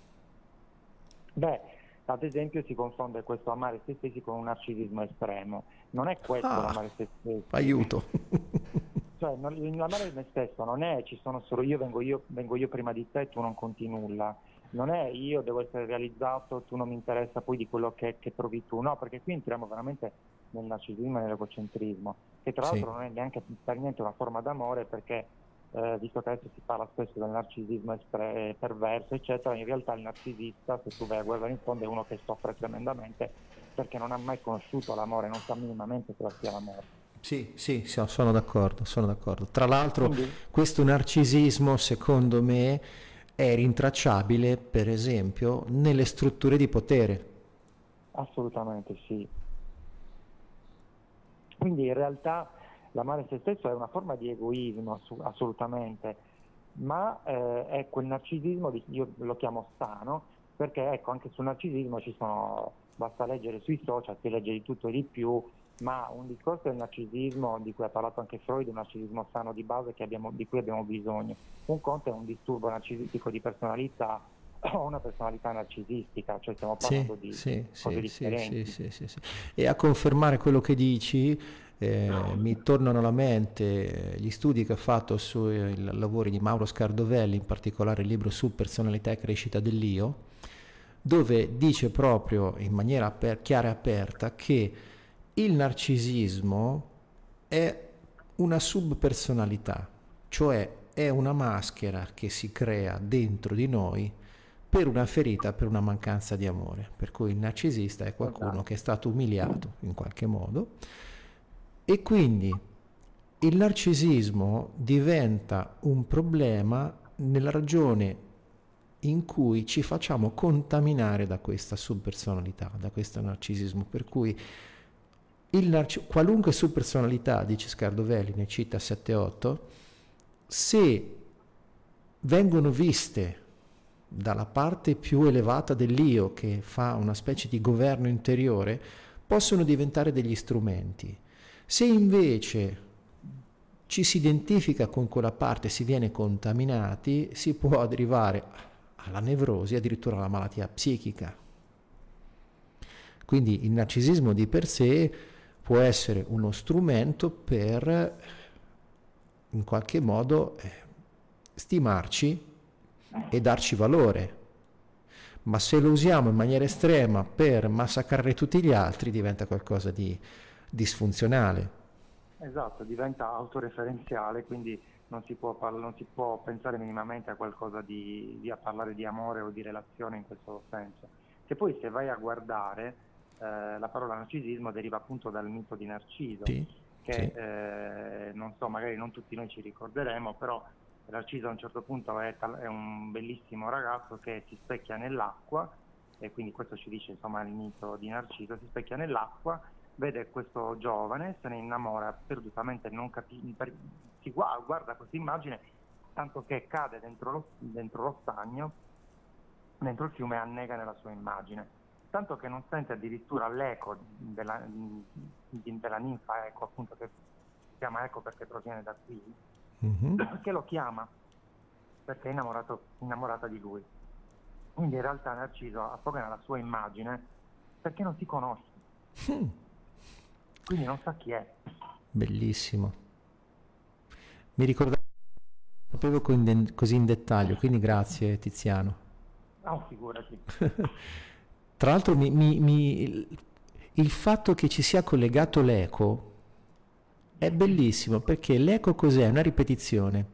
Beh, ad esempio si confonde questo amare se stessi con un narcisismo estremo. Non è questo Ah, l'amare se stessi. Aiuto. Cioè, non, l'amare me stesso non è ci sono solo io vengo, io, vengo io prima di te e tu non conti nulla. Non è io devo essere realizzato, tu non mi interessa poi di quello che, che provi tu. No, perché qui entriamo veramente nel narcisismo e nell'egocentrismo, che tra Sì. l'altro non è neanche per niente una forma d'amore, perché eh, visto che adesso si parla spesso del narcisismo espre- perverso, eccetera, in realtà il narcisista, se tu vai a guardare in fondo, è uno che soffre tremendamente perché non ha mai conosciuto l'amore, non sa minimamente cosa sia l'amore. Sì, sì, sì, sono d'accordo, sono d'accordo. Tra l'altro, Quindi, questo narcisismo, secondo me, è rintracciabile, per esempio, nelle strutture di potere. assolutamente sì. Quindi in realtà l'amare se stesso è una forma di egoismo, assolutamente, ma eh, è quel narcisismo, di, io lo chiamo sano, perché ecco, anche sul narcisismo ci sono, basta leggere sui social, si legge di tutto e di più, ma un discorso del narcisismo di cui ha parlato anche Freud, un narcisismo sano di base che abbiamo, di cui abbiamo bisogno. Un conto è un disturbo narcisistico di personalità o una personalità narcisistica, cioè stiamo parlando Sì, di sì, cose sì, differenti. sì, sì, sì, sì. E a confermare quello che dici, eh, mi tornano alla mente gli studi che ha fatto sui lavori di Mauro Scardovelli, in particolare il libro su personalità e crescita dell'io, dove dice proprio in maniera aper- chiara e aperta che il narcisismo è una subpersonalità, cioè è una maschera che si crea dentro di noi per una ferita, per una mancanza di amore. Per cui il narcisista è qualcuno Esatto. che è stato umiliato in qualche modo e quindi il narcisismo diventa un problema nella ragione in cui ci facciamo contaminare da questa subpersonalità, da questo narcisismo, per cui il narci- qualunque subpersonalità, dice Scardovelli, ne cita sette otto, se vengono viste dalla parte più elevata dell'io che fa una specie di governo interiore, possono diventare degli strumenti. Se invece ci si identifica con quella parte, si viene contaminati, si può arrivare alla nevrosi, addirittura alla malattia psichica. Quindi il narcisismo di per sé può essere uno strumento per in qualche modo eh, stimarci e darci valore, ma se lo usiamo in maniera estrema per massacrare tutti gli altri diventa qualcosa di disfunzionale. Esatto, diventa autoreferenziale, quindi non si può, parla- non si può pensare minimamente a qualcosa di, di a parlare di amore o di relazione in questo senso. Che poi se vai a guardare, eh, la parola narcisismo deriva appunto dal mito di Narciso, Sì, che sì. eh, non so, magari non tutti noi ci ricorderemo, però Narciso a un certo punto è, tal- è un bellissimo ragazzo che si specchia nell'acqua, e quindi questo ci dice insomma il mito di Narciso, si specchia nell'acqua, vede questo giovane, se ne innamora perdutamente, non capi- per- si gua- guarda questa immagine, tanto che cade dentro lo, dentro lo stagno, dentro il fiume, e annega nella sua immagine. Tanto che non sente addirittura l'eco della, di- della ninfa Eco, appunto, che si chiama Eco perché proviene da qui, Mhm. che lo chiama perché è innamorato, innamorata di lui. Quindi in realtà Narciso affoga nella sua immagine perché non si conosce, Mm, quindi non sa chi è. bellissimo. Mi ricordavo, non sapevo con de- così in dettaglio, quindi grazie Tiziano. Ah, figurati. Tra l'altro mi, mi- mi- il il fatto che ci sia collegato l'eco è bellissimo perché l'eco cos'è? Una ripetizione.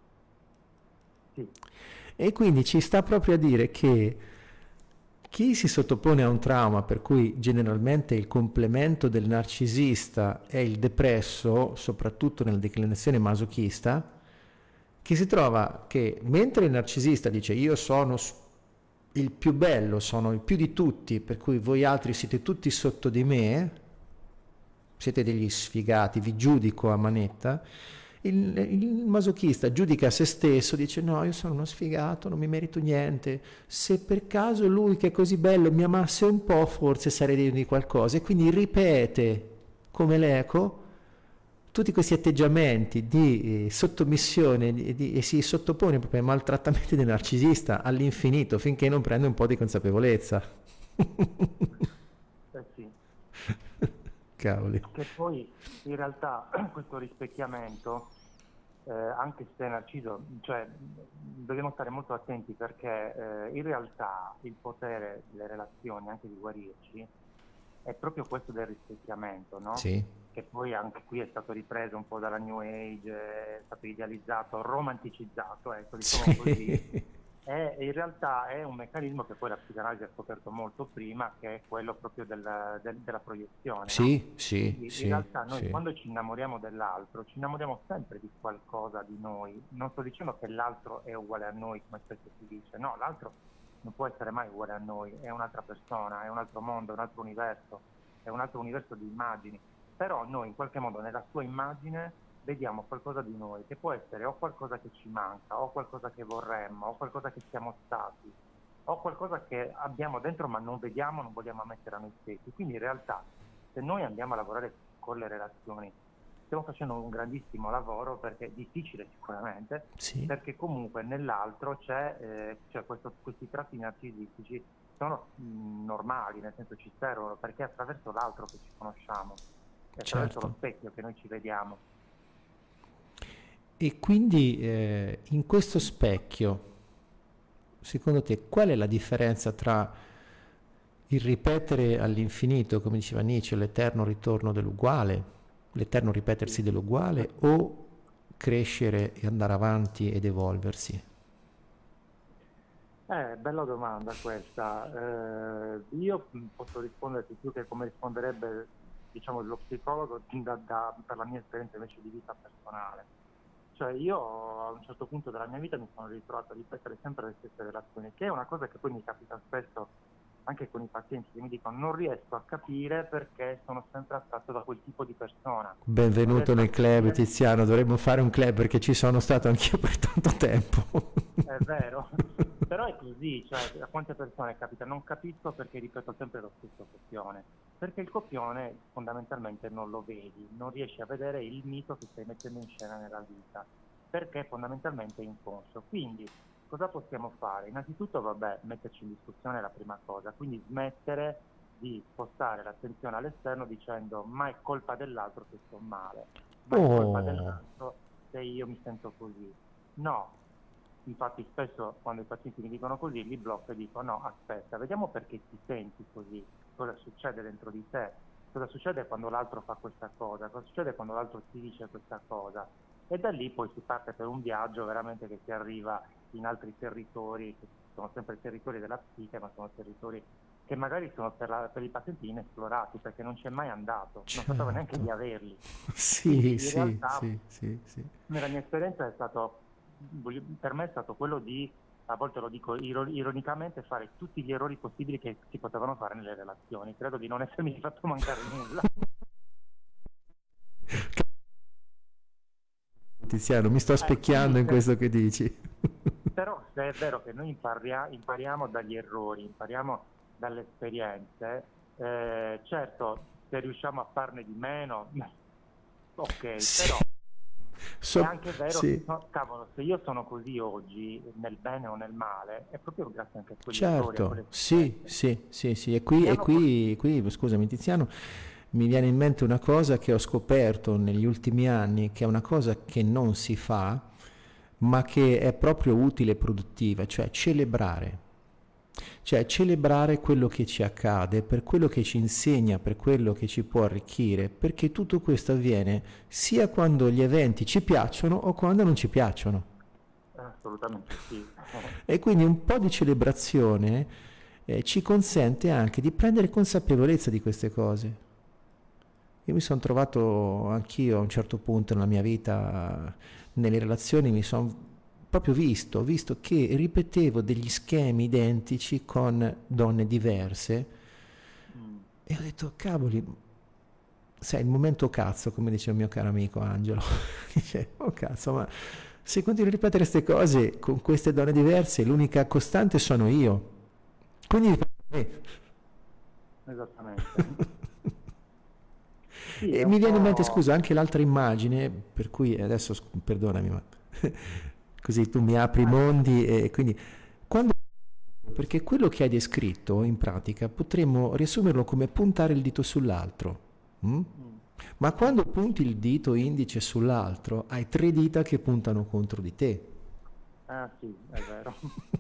Sì, E quindi ci sta proprio a dire che chi si sottopone a un trauma, per cui generalmente il complemento del narcisista è il depresso, soprattutto nella declinazione masochista, che si trova che mentre il narcisista dice io sono s- il più bello, sono il più di tutti, per cui voi altri siete tutti sotto di me, siete degli sfigati, vi giudico a manetta, il, il masochista giudica se stesso, dice no, io sono uno sfigato, non mi merito niente, se per caso lui che è così bello mi amasse un po', forse sarei degno di qualcosa, e quindi ripete come l'eco tutti questi atteggiamenti di eh, sottomissione di- di- e si sottopone proprio ai maltrattamenti del narcisista all'infinito finché non prende un po' di consapevolezza. eh sì. Cavoli. Che poi in realtà questo rispecchiamento, eh, anche se Narciso, cioè dobbiamo stare molto attenti perché eh, in realtà il potere delle relazioni, anche di guarirci, è proprio questo del rispecchiamento, no? Sì. Che poi anche qui è stato ripreso un po' dalla New Age, è stato idealizzato, romanticizzato, ecco, diciamo così. Sì. È, in realtà è un meccanismo che poi la psicanalisi ha scoperto molto prima, che è quello proprio del- del- della proiezione, no? Sì, sì, Quindi in sì, realtà noi sì. quando ci innamoriamo dell'altro, ci innamoriamo sempre di qualcosa di noi. Non sto dicendo che l'altro è uguale a noi, come spesso si dice, no, l'altro non può essere mai uguale a noi, è un'altra persona, è un altro mondo, è un altro universo, è un altro universo di immagini. Però noi in qualche modo nella sua immagine vediamo qualcosa di noi, che può essere o qualcosa che ci manca, o qualcosa che vorremmo, o qualcosa che siamo stati, o qualcosa che abbiamo dentro ma non vediamo, non vogliamo ammettere a noi stessi. Quindi in realtà se noi andiamo a lavorare con le relazioni stiamo facendo un grandissimo lavoro, perché è difficile sicuramente, Sì. perché comunque nell'altro c'è, eh, cioè questo, questi tratti narcisistici sono mh, normali, nel senso ci servono, perché è attraverso l'altro che ci conosciamo, è attraverso Certo. lo specchio che noi ci vediamo. E quindi eh, in questo specchio, secondo te, qual è la differenza tra Il ripetere all'infinito, come diceva Nietzsche, l'eterno ritorno dell'uguale, l'eterno ripetersi dell'uguale, o crescere e andare avanti ed evolversi? Eh, bella domanda questa. Eh, io posso risponderti più che come risponderebbe, diciamo, lo psicologo da- da- per la mia esperienza invece di vita personale. Cioè io a un certo punto della mia vita mi sono ritrovato a ripetere sempre le stesse relazioni, che è una cosa che poi mi capita spesso anche con i pazienti che mi dicono non riesco a capire perché sono sempre attratto da quel tipo di persona. Non Benvenuto riesco a nel club, capire, Tiziano, dovremmo fare un club perché ci sono stato anch'io per tanto tempo. è vero, però è così, cioè a quante persone capita? Non capisco perché ripeto sempre lo stesso copione, perché il copione fondamentalmente non lo vedi, non riesci a vedere il mito che stai mettendo in scena nella vita, perché fondamentalmente è inconscio. Quindi cosa possiamo fare? Innanzitutto, vabbè, metterci in discussione è la prima cosa, quindi smettere di spostare l'attenzione all'esterno dicendo ma è colpa dell'altro che sto male, ma è colpa Oh, dell'altro se io mi sento così. No, infatti spesso quando i pazienti mi dicono così li blocco e dico no, aspetta, vediamo perché ti senti così, cosa succede dentro di te, cosa succede quando l'altro fa questa cosa, cosa succede quando l'altro ti dice questa cosa. E da lì poi si parte per un viaggio veramente che si arriva in altri territori, che sono sempre territori della psiche, ma sono territori che magari sono per, la, per i pazienti inesplorati, perché non c'è mai andato, non sapeva neanche di certo. averli. Quindi Sì, in sì, realtà sì, sì, sì. nella mia esperienza è stato, voglio- per me è stato quello di, a volte lo dico iro- ironicamente, fare tutti gli errori possibili che si potevano fare nelle relazioni. Credo di non essermi fatto mancare nulla. Tiziano, mi sto Eh, specchiando quindi in se- questo che dici. Però se è vero che noi imparia- impariamo dagli errori, impariamo dalle esperienze, eh, certo, se riusciamo a farne di meno, ok, Sì. però è So- anche vero che, sì, no, cavolo, se io sono così oggi, nel bene o nel male, è proprio grazie anche a quegli errori, a quelle certo, sì, esperienze, sì, sì, sì. E che qui, mi e hanno portato. qui, qui, scusami Tiziano, mi viene in mente una cosa che ho scoperto negli ultimi anni, che è una cosa che non si fa, ma che è proprio utile e produttiva, cioè celebrare. Cioè celebrare quello che ci accade, per quello che ci insegna, per quello che ci può arricchire, perché tutto questo avviene sia quando gli eventi ci piacciono o quando non ci piacciono. Assolutamente sì. E quindi un po' di celebrazione eh, ci consente anche di prendere consapevolezza di queste cose. Io mi sono trovato anch'io a un certo punto nella mia vita, nelle relazioni, mi sono proprio visto, visto che ripetevo degli schemi identici con donne diverse Mm. e ho detto, cavoli, sai, il momento cazzo, come dice il mio caro amico Angelo, dice, oh cazzo, ma se continui a ripetere queste cose con queste donne diverse, l'unica costante sono io. Quindi ripeti me. Esattamente. Sì, è E un mi viene in mente, po'. scusa, anche l'altra immagine, per cui adesso sc- perdonami, ma così tu mi apri i Vai, vai. mondi e quindi quando perché quello che hai descritto in pratica potremmo riassumerlo come puntare il dito sull'altro. Mm? Mm. Ma quando punti il dito indice sull'altro, hai tre dita che puntano contro di te. Ah sì, è vero.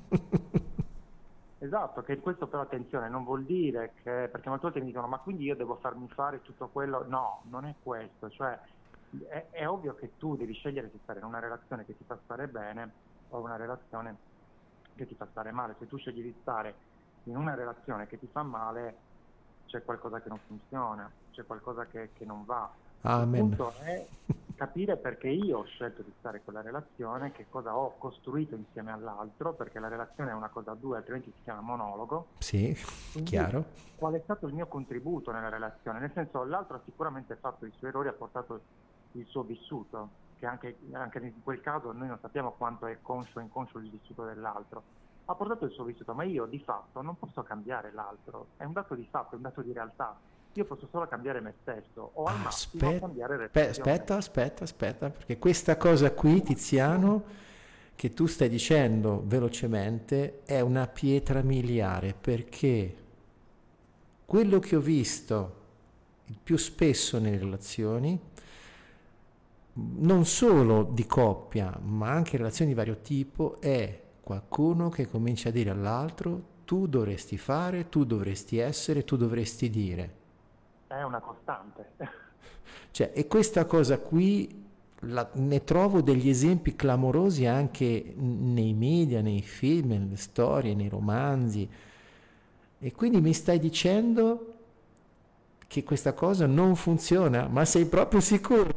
Esatto, che questo però attenzione non vuol dire che, perché molte volte mi dicono ma quindi io devo farmi fare tutto quello, no, non è questo, cioè è, è ovvio che tu devi scegliere se stare in una relazione che ti fa stare bene o una relazione che ti fa stare male. Se tu scegli di stare in una relazione che ti fa male, c'è qualcosa che non funziona, c'è qualcosa che, che non va. Il Amen. punto è capire perché io ho scelto di stare in quella relazione, che cosa ho costruito insieme all'altro, perché la relazione è una cosa a due, altrimenti si chiama monologo. Sì, Quindi chiaro. qual è stato il mio contributo nella relazione? Nel senso, l'altro ha sicuramente fatto i suoi errori, ha portato il suo vissuto, che anche, anche in quel caso noi non sappiamo quanto è conscio o inconscio il vissuto dell'altro. Ha portato il suo vissuto, ma io di fatto non posso cambiare l'altro, è un dato di fatto, è un dato di realtà. Io posso solo cambiare me stesso o al massimo Aspetta, cambiare relazione. aspetta, aspetta, aspetta, perché questa cosa qui, Tiziano, che tu stai dicendo velocemente, è una pietra miliare, perché quello che ho visto il più spesso nelle relazioni, non solo di coppia, ma anche in relazioni di vario tipo, è qualcuno che comincia a dire all'altro tu dovresti fare, tu dovresti essere, tu dovresti dire. È una costante. Cioè, e questa cosa qui la- ne trovo degli esempi clamorosi anche n- nei media, nei film, nelle storie, nei romanzi. E quindi mi stai dicendo che questa cosa non funziona? Ma sei proprio sicuro?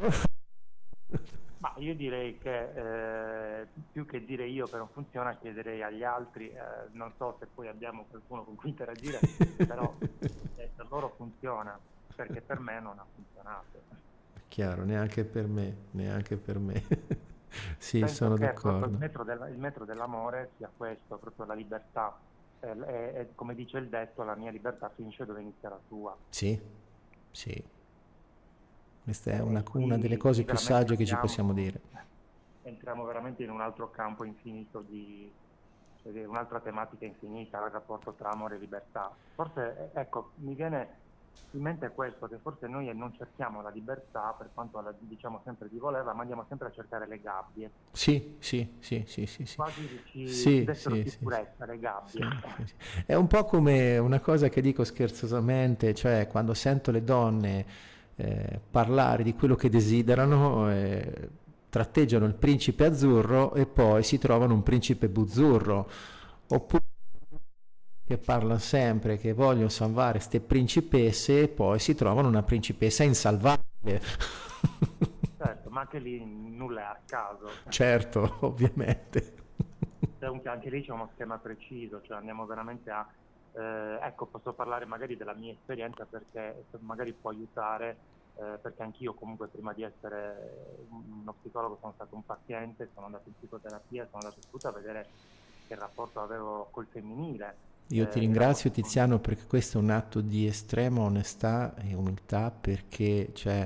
Ma io direi che eh, più che dire io che non funziona, chiederei agli altri, eh, non so se poi abbiamo qualcuno con cui interagire, però eh, per loro funziona, perché per me non ha funzionato. Chiaro, neanche per me, neanche per me. Sì, Penso sono che proprio il d'accordo. metro, del- il metro dell'amore sia questo, proprio la libertà. E, e- e come dice il detto, la mia libertà finisce dove inizia la tua. Sì, sì. Questa è una, E una delle qui, cose qui più veramente sagge che ci possiamo entriamo, dire. entriamo veramente in un altro campo infinito di, cioè, un'altra tematica infinita, il rapporto tra amore e libertà. Forse, eh, ecco, mi viene in mente questo, che forse noi non cerchiamo la libertà, per quanto la diciamo sempre di volerla, ma andiamo sempre a cercare le gabbie. Sì, sì, sì, sì, sì, sì. Quasi ci, ci Sì, dessero sì, sì, sì. sicurezza le gabbie. Sì, sì, sì. È un po' come una cosa che dico scherzosamente, cioè quando sento le donne eh, parlare di quello che desiderano, eh, tratteggiano il principe azzurro e poi si trovano un principe buzzurro, oppure che parlano sempre che vogliono salvare ste principesse e poi si trovano una principessa insalvabile. Certo, ma anche lì nulla è a caso. Certo, ovviamente. C'è un- anche lì c'è uno schema preciso, cioè andiamo veramente a... eh, ecco, posso parlare magari della mia esperienza perché magari può aiutare, eh, perché anch'io comunque prima di essere uno psicologo sono stato un paziente, sono andato in psicoterapia, sono andato tutto a vedere che rapporto avevo col femminile. Io ti Eh, il rapporto ringrazio con... Tiziano perché questo è un atto di estrema onestà e umiltà perché cioè,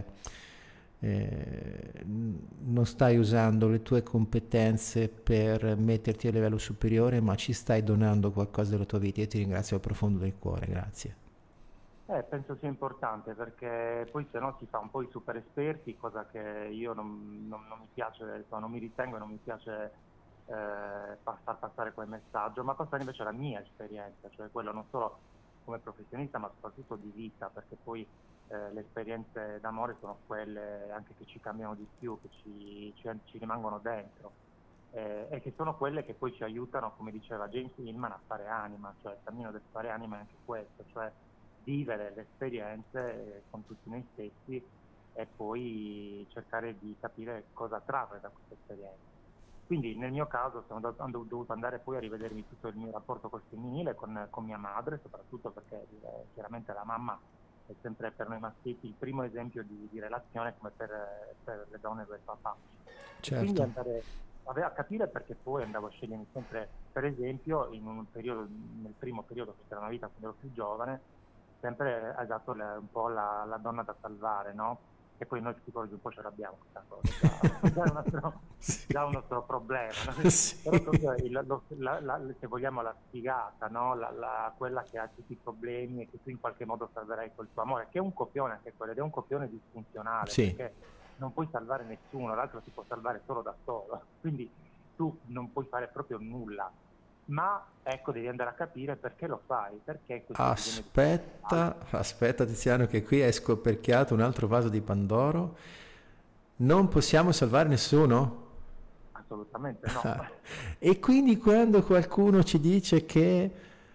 eh, n- non stai usando le tue competenze per metterti a livello superiore, ma ci stai donando qualcosa della tua vita. Io ti ringrazio dal profondo del cuore, grazie. Eh, penso sia importante perché poi se no si fa un po' i super esperti, cosa che io non, non- non mi piace, insomma, non mi ritengo e non mi piace eh, fa- far passare quel messaggio, ma passare invece alla mia esperienza, cioè quello non solo come professionista ma soprattutto di vita, perché poi eh, le esperienze d'amore sono quelle anche che ci cambiano di più, che ci, ci- ci rimangono dentro eh, e che sono quelle che poi ci aiutano, come diceva James Hillman, a fare anima, cioè il cammino del fare anima è anche questo, cioè vivere le esperienze eh, con tutti noi stessi e poi cercare di capire cosa trarre da queste esperienze. Quindi nel mio caso sono do- ho dovuto andare poi a rivedermi tutto il mio rapporto col femminile, con, con mia madre, soprattutto perché eh, chiaramente la mamma è sempre per noi maschietti il primo esempio di, di relazione come per, eh, per le donne del papà. E quindi Certo. andare a, a capire perché poi andavo a scegliere sempre, per esempio, in un periodo, nel primo periodo che era una vita quando ero più giovane, sempre ha dato la- un po' la, la donna da salvare, no? E poi noi psicologi un po' ce l'abbiamo questa cosa, già, già è un nostro, Sì. già un nostro problema, no? Sì. Però proprio il- lo- la, la- se vogliamo la sfigata, no? La- la- quella che ha tutti i problemi e che tu in qualche modo salverai col tuo amore, che è un copione anche quello, ed è un copione disfunzionale, Sì. perché non puoi salvare nessuno, l'altro si può salvare solo da solo, quindi tu non puoi fare proprio nulla. Ma ecco, devi andare a capire perché lo fai, perché questo bisogno di Aspetta, aspetta Tiziano che qui hai scoperchiato un altro vaso di Pandoro. Non possiamo salvare nessuno? assolutamente no. E quindi quando qualcuno ci dice che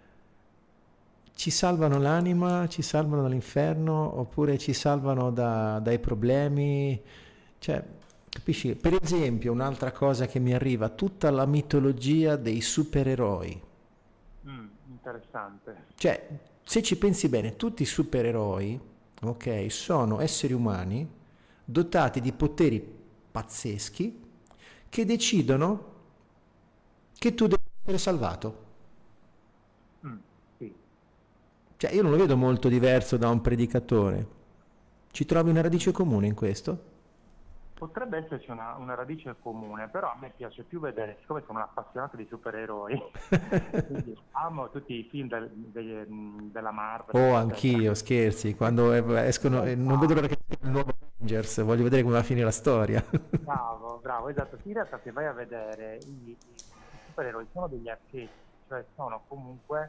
ci salvano l'anima, ci salvano dall'inferno, oppure ci salvano da- dai problemi, cioè, capisci? Per esempio, un'altra cosa che mi arriva, tutta la mitologia dei supereroi. Mm, interessante. Cioè, se ci pensi bene, tutti i supereroi, ok, sono esseri umani dotati di poteri pazzeschi che decidono che tu devi essere salvato. Mm, sì. Cioè, io non lo vedo molto diverso da un predicatore. Ci trovi una radice comune in questo? Potrebbe esserci una, una radice comune, però a me piace più vedere, siccome sono un appassionato di supereroi, quindi amo tutti i film del- dei- della Marvel, Oh, eccetera. anch'io, scherzi, quando eh, escono, eh, non vedo l'ora che sia il nuovo Avengers, voglio vedere come va a finire la storia. Bravo, bravo, esatto. Sì, in realtà se vai a vedere i, i- i supereroi sono degli archetipi, cioè sono comunque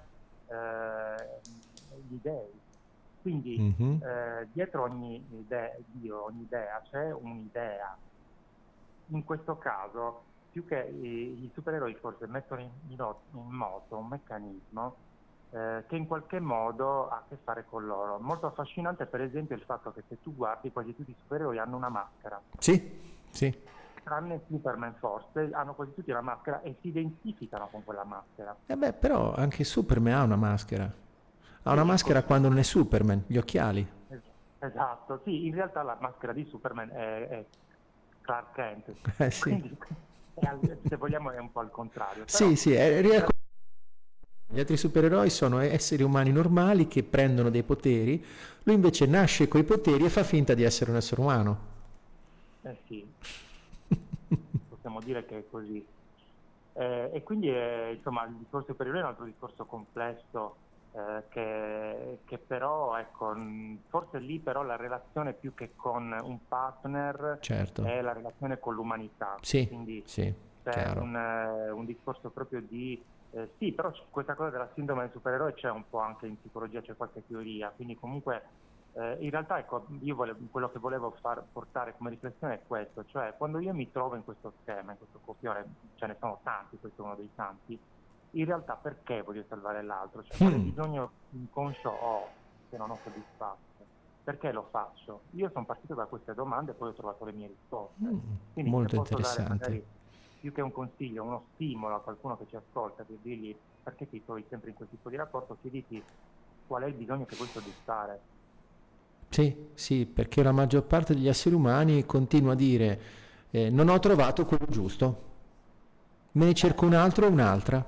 eh, gli dei. Quindi Mhm. eh, dietro ogni idea, Dio, ogni idea c'è un'idea. In questo caso, più che i, i supereroi forse mettono in, in, in moto un meccanismo eh, che in qualche modo ha a che fare con loro. Molto affascinante per esempio il fatto che se tu guardi quasi tutti i supereroi hanno una maschera. Sì, sì. Tranne Superman forse, hanno quasi tutti una maschera e si identificano con quella maschera. E beh, però anche Superman ha una maschera. Ha una Sì, maschera così. quando non è Superman, gli occhiali. Es- Esatto, sì, in realtà la maschera di Superman è, è Clark Kent, Eh sì. quindi è al- se vogliamo è un po' al contrario, Sì, però sì, è, è- gli altri supereroi sono esseri umani normali che prendono dei poteri, lui invece nasce coi poteri e fa finta di essere un essere umano. eh sì, possiamo dire che è così. Eh, e quindi eh, insomma il discorso superiore è un altro discorso complesso eh, che, che però ecco, mh, forse lì però la relazione più che con un partner Certo. è la relazione con l'umanità, Sì, quindi sì, c'è chiaro. un, eh, un discorso proprio di eh, sì, però c- questa cosa della sindrome del supereroe c'è un po' anche in psicologia, c'è qualche teoria, quindi comunque eh, in realtà ecco, io volevo, quello che volevo far portare come riflessione è questo, cioè quando io mi trovo in questo schema, in questo copione, ce ne sono tanti, questo è uno dei tanti, in realtà perché voglio salvare l'altro? Cioè quale Mm, bisogno inconscio ho che non ho soddisfatto? Perché lo faccio? Io sono partito da queste domande e poi ho trovato le mie risposte. mm, Quindi se molto posso dare interessante. magari più che un consiglio, uno stimolo a qualcuno che ci ascolta, per dirgli perché ti trovi sempre in quel tipo di rapporto, chiediti qual è il bisogno che vuoi soddisfare. Sì, sì, perché la maggior parte degli esseri umani continua a dire eh, non ho trovato quello giusto, me ne cerco un Eh, altro o un'altra.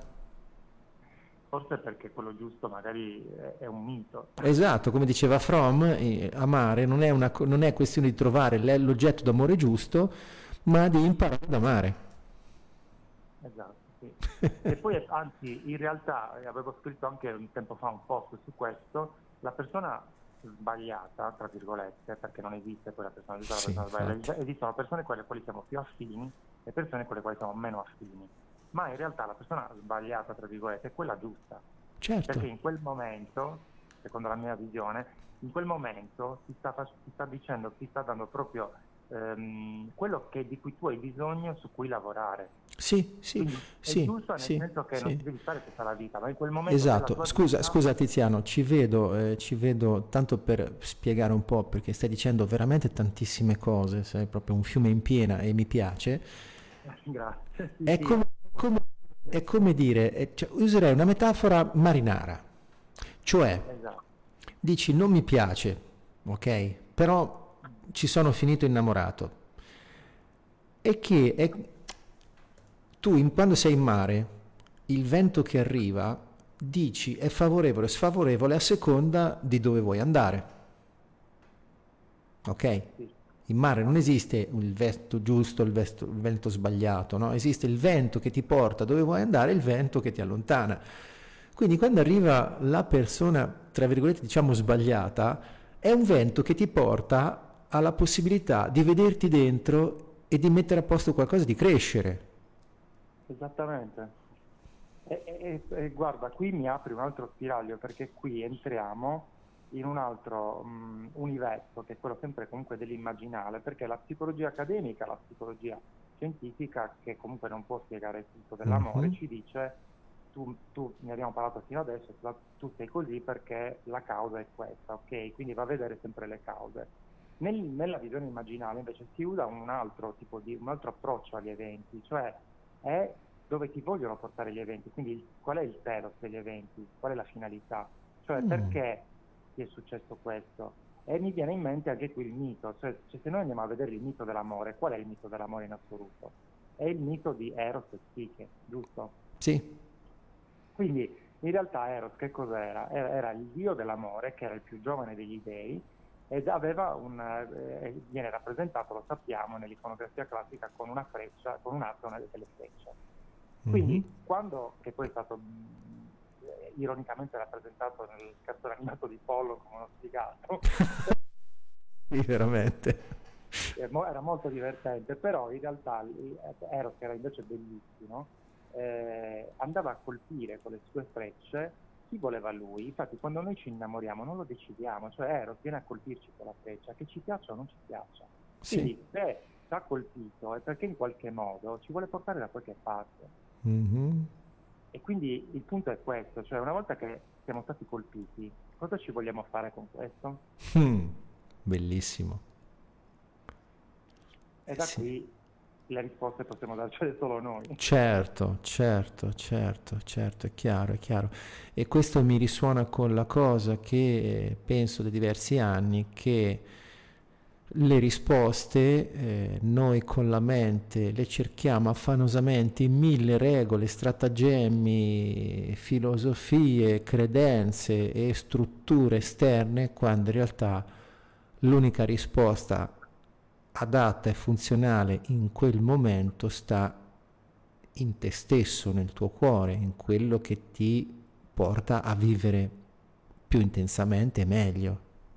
forse perché quello giusto magari è, è un mito. Esatto, come diceva Fromm, eh, amare non è, una, co- non è questione di trovare l'e- l'oggetto d'amore giusto, ma di imparare ad amare. Esatto, sì. E poi, eh, anzi, in realtà eh, avevo scritto anche un tempo fa un post su questo, la persona sbagliata, tra virgolette, perché non esiste poi la persona giusta, la Sì, persona infatti. sbagliata, esistono persone con le quali siamo più affini e persone con le quali siamo meno affini. Ma in realtà la persona sbagliata, tra virgolette, è quella giusta, perché Certo. in quel momento, secondo la mia visione, in quel momento ti sta, fac- ti sta dicendo, ti sta dando proprio ehm, quello che, di cui tu hai bisogno, su cui lavorare. Sì, sì, Quindi è sì, giusto nel sì, senso che non sì. ti devi fare tutta la vita, ma in quel momento della Esatto. tua Scusa, vita, scusa Tiziano, ci vedo, eh, ci vedo tanto per spiegare un po', perché stai dicendo veramente tantissime cose, sei proprio un fiume in piena e mi piace. grazie, sì, È sì, come, come- è come dire, eh, cioè, userei una metafora marinara, cioè esatto, dici non mi piace, ok? Però ci sono finito innamorato. E che è- tu in- quando sei in mare, il vento che arriva, dici è favorevole o sfavorevole a seconda di dove vuoi andare, ok? sì, In mare non esatto, esiste il vento giusto, il, vesto- il vento sbagliato, no? Esiste il vento che ti porta dove vuoi andare e il vento che ti allontana. Quindi quando arriva la persona, tra virgolette, diciamo sbagliata, è un vento che ti porta alla possibilità di vederti dentro e di mettere a posto qualcosa, di crescere. esattamente. E, e- e guarda, qui mi apri un altro spiraglio perché qui entriamo in un altro mh, universo che è quello sempre comunque dell'immaginale, perché la psicologia accademica, la psicologia scientifica, che comunque non può spiegare tutto dell'amore, Mhm. ci dice tu, tu ne abbiamo parlato fino adesso, tu, tu sei così perché la causa è questa, ok? Quindi va a vedere sempre le cause. Nel- nella visione immaginale invece si usa un altro tipo di, un altro approccio agli eventi, cioè è dove ti vogliono portare gli eventi, quindi qual è il telos degli eventi, qual è la finalità, cioè Mm. perché ti è successo questo. E mi viene in mente anche qui il mito, cioè, cioè se noi andiamo a vedere il mito dell'amore, qual è il mito dell'amore in assoluto? È il mito di Eros e Psiche, giusto? Sì. Quindi in realtà Eros che cos'era? Era, era il dio dell'amore, che era il più giovane degli dei, ed aveva un, eh, viene rappresentato, lo sappiamo, nell'iconografia classica con una freccia, con un arco e delle frecce. Mhm. Quindi quando, che poi è stato mh, eh, ironicamente rappresentato nel cartone animato di Pollo come uno sfigato, Sì, veramente. era molto divertente, però in realtà Eros, che era invece bellissimo, eh, andava a colpire con le sue frecce così voleva lui. Infatti quando noi ci innamoriamo non lo decidiamo, cioè Eros viene a colpirci con la freccia, che ci piaccia o non ci piaccia. Sì. Quindi se ci ha colpito è perché in qualche modo ci vuole portare da qualche parte. Mm-hmm. E quindi il punto è questo, cioè una volta che siamo stati colpiti, cosa ci vogliamo fare con questo? Mm, bellissimo. E da Sì. qui le risposte possiamo darcele solo noi. Certo, certo, certo, certo, è chiaro, è chiaro. E questo mi risuona con la cosa che penso da diversi anni, che le risposte eh, noi con la mente le cerchiamo affannosamente in mille regole, stratagemmi, filosofie, credenze e strutture esterne, quando in realtà l'unica risposta adatta e funzionale in quel momento sta in te stesso, nel tuo cuore, in quello che ti porta a vivere più intensamente e meglio.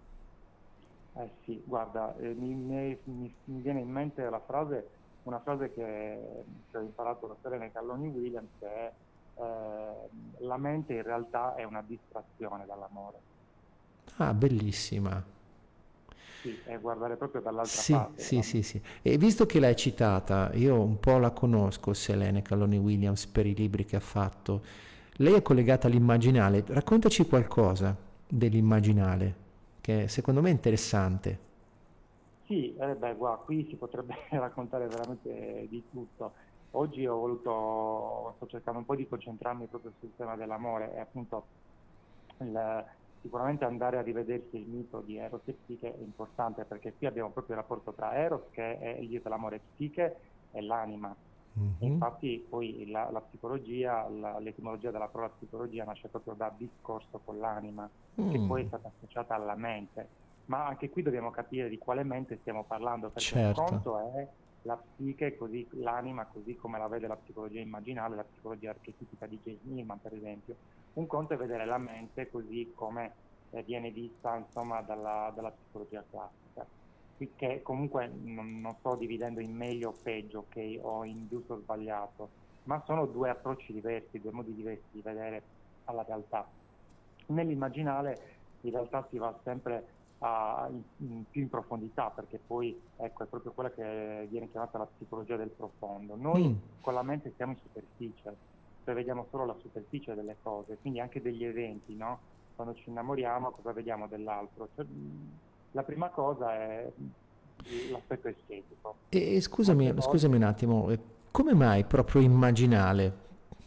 Eh sì, guarda, eh, mi, mi- mi- mi viene in mente la frase, una frase che, che ho imparato da Serena Calloni Williams, che è eh, la mente in realtà è una distrazione dall'amore. Ah, bellissima. Sì, è guardare proprio dall'altra Sì, parte sì, della sì, mente. sì. E visto che l'hai citata, io un po' la conosco, Selene Calloni Williams, per i libri che ha fatto. Lei è collegata all'immaginale. Raccontaci qualcosa dell'immaginale, che secondo me è interessante. Sì, eh beh, guarda, qui si potrebbe raccontare veramente di tutto. Oggi ho voluto, sto cercando un po' di concentrarmi proprio sul tema dell'amore e appunto il- sicuramente andare a rivedersi il mito di Eros e Psiche è importante perché qui abbiamo proprio il rapporto tra Eros, che è il dio dell'amore, e Psiche e l'anima. E Mhm. infatti poi la, la psicologia, la- l'etimologia della parola psicologia nasce proprio da discorso con l'anima, che poi è Mm, stata associata alla mente. Ma anche qui dobbiamo capire di quale mente stiamo parlando, perché un certo, conto è la psiche, così l'anima, così come la vede la psicologia immaginale, la psicologia archetipica di James Hillman, per esempio. Un conto è vedere la mente così come eh, viene vista, insomma, dalla, dalla psicologia classica, qui che comunque non, non sto dividendo in meglio o peggio, ok, o in giusto o sbagliato, ma sono due approcci diversi, due modi diversi di vedere alla realtà. Nell'immaginale in realtà si va sempre a- in, in più in profondità, perché poi ecco, è proprio quella che viene chiamata la psicologia del profondo. Noi mm, con la mente siamo in superficie, cioè vediamo solo la superficie delle cose, quindi anche degli eventi, no? Quando ci innamoriamo, cosa vediamo dell'altro? Cioè, mh, la prima cosa è l'aspetto estetico. E, e scusami, Molte scusami un volte. attimo, eh, come mai proprio immaginale?